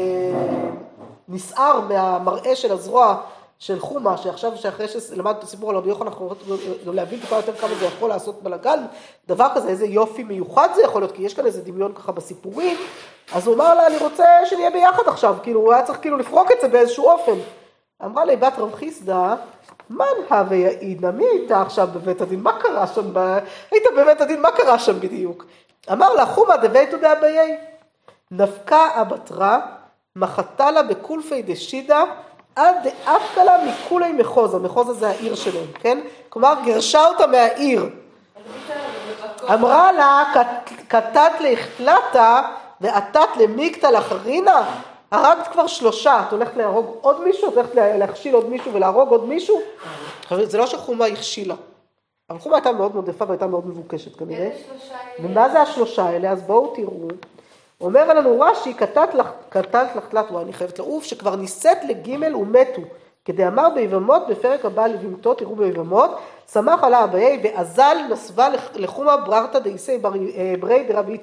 נסער מהמראה של הזרוע של חומה, שעכשיו שאחרי שלמד את הסיפור על רבי יוחנן, אנחנו יכולים להבין טיפה יותר כמה זה יכול לעשות בלגן, דבר כזה, איזה יופי מיוחד זה יכול להיות, כי יש כאן איזה דמיון ככה בסיפורים, אז הוא אמר לה, אני רוצה שנהיה ביחד עכשיו, כאילו הוא היה צריך כאילו לפרוק את זה באיזשהו אופן. אמרה לי, בת רב חיסדא, מן הווה יעידנא, מי הייתה עכשיו בבית הדין? מה קרה שם? היית בבית הדין, מה קרה שם בדיוק? אמר לה, חומה דביתו דאביי, נפקה הבטרה, מחתה לה בקולפי דשידה, עד דאפקה לה מכולי מחוזה. מחוזה זה העיר שלהם, כן? כלומר, גרשה אותה מהעיר. אמרה לה, כתת להחלטה, ועתת למיקתא לחרינה, הרגת כבר 3, את הולכת להרוג עוד מישהו, את הולכת להכשיל עוד מישהו ולהרוג עוד מישהו. זה לא שחומה הכשילה. אבל חומה הייתה מאוד מאוד יפה והייתה מאוד מבוקשת כנראה. ומה זה 3 האלה? אז בואו תראו. אומר לנו רש"י, כתת לך תלת, אני חייבת לעוף, שכבר ניסית לג' ומתו. כדי אמר ביבמות, בפרק הבא לבמתו, תראו ביבמות, שמח עלה אביי, ואזל נסבה לחומה בררתא דאיסי ברי דרבי יצחק.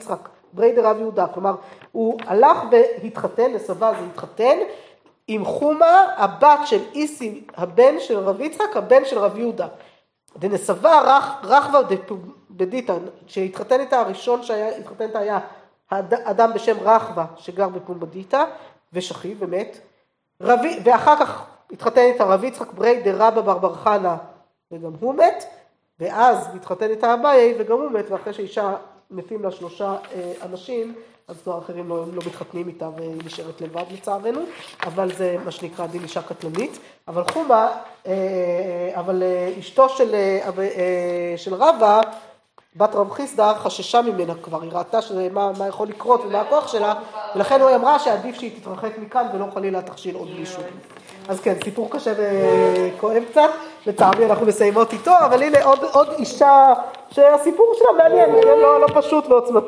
ברי דרב יהודה, כלומר, הוא הלך והתחתן, נסבה זה התחתן, עם חומה, הבת של איסי, הבן של רב יצחק, הבן של רב יהודה. דנסבה רחבה בדיתן, שהתחתן איתה הראשון שהתחתן איתה היה אדם בשם רחבה, שגר בפומבדיתא, ושכיב ומת, ואחר כך התחתן איתה רב יצחק ברי דרבא בר בר חנה, וגם הוא מת, ואז התחתן איתה אביי, וגם הוא מת, ואחרי שאישה מתים לה 3 אנשים, אז כבר אחרים לא מתחתנים איתה, והיא נשארת לבד לצערנו, אבל זה מה שנקרא דין אישה קטלנית. אבל חומה, אבל אשתו של רבא, בת רב חיסדא, חששה ממנה כבר, היא ראתה מה יכול לקרות ומה הכוח שלה, ולכן הוא אמרה שעדיף שהיא תתרחק מכאן ולא חלילה תכשיל עוד מישהו. אז כן, סיפור קשה וכואב קצת, לצערי אנחנו מסיימות איתו, אבל הנה עוד אישה שהסיפור שלה מעניין, לא פשוט ועוצמתי.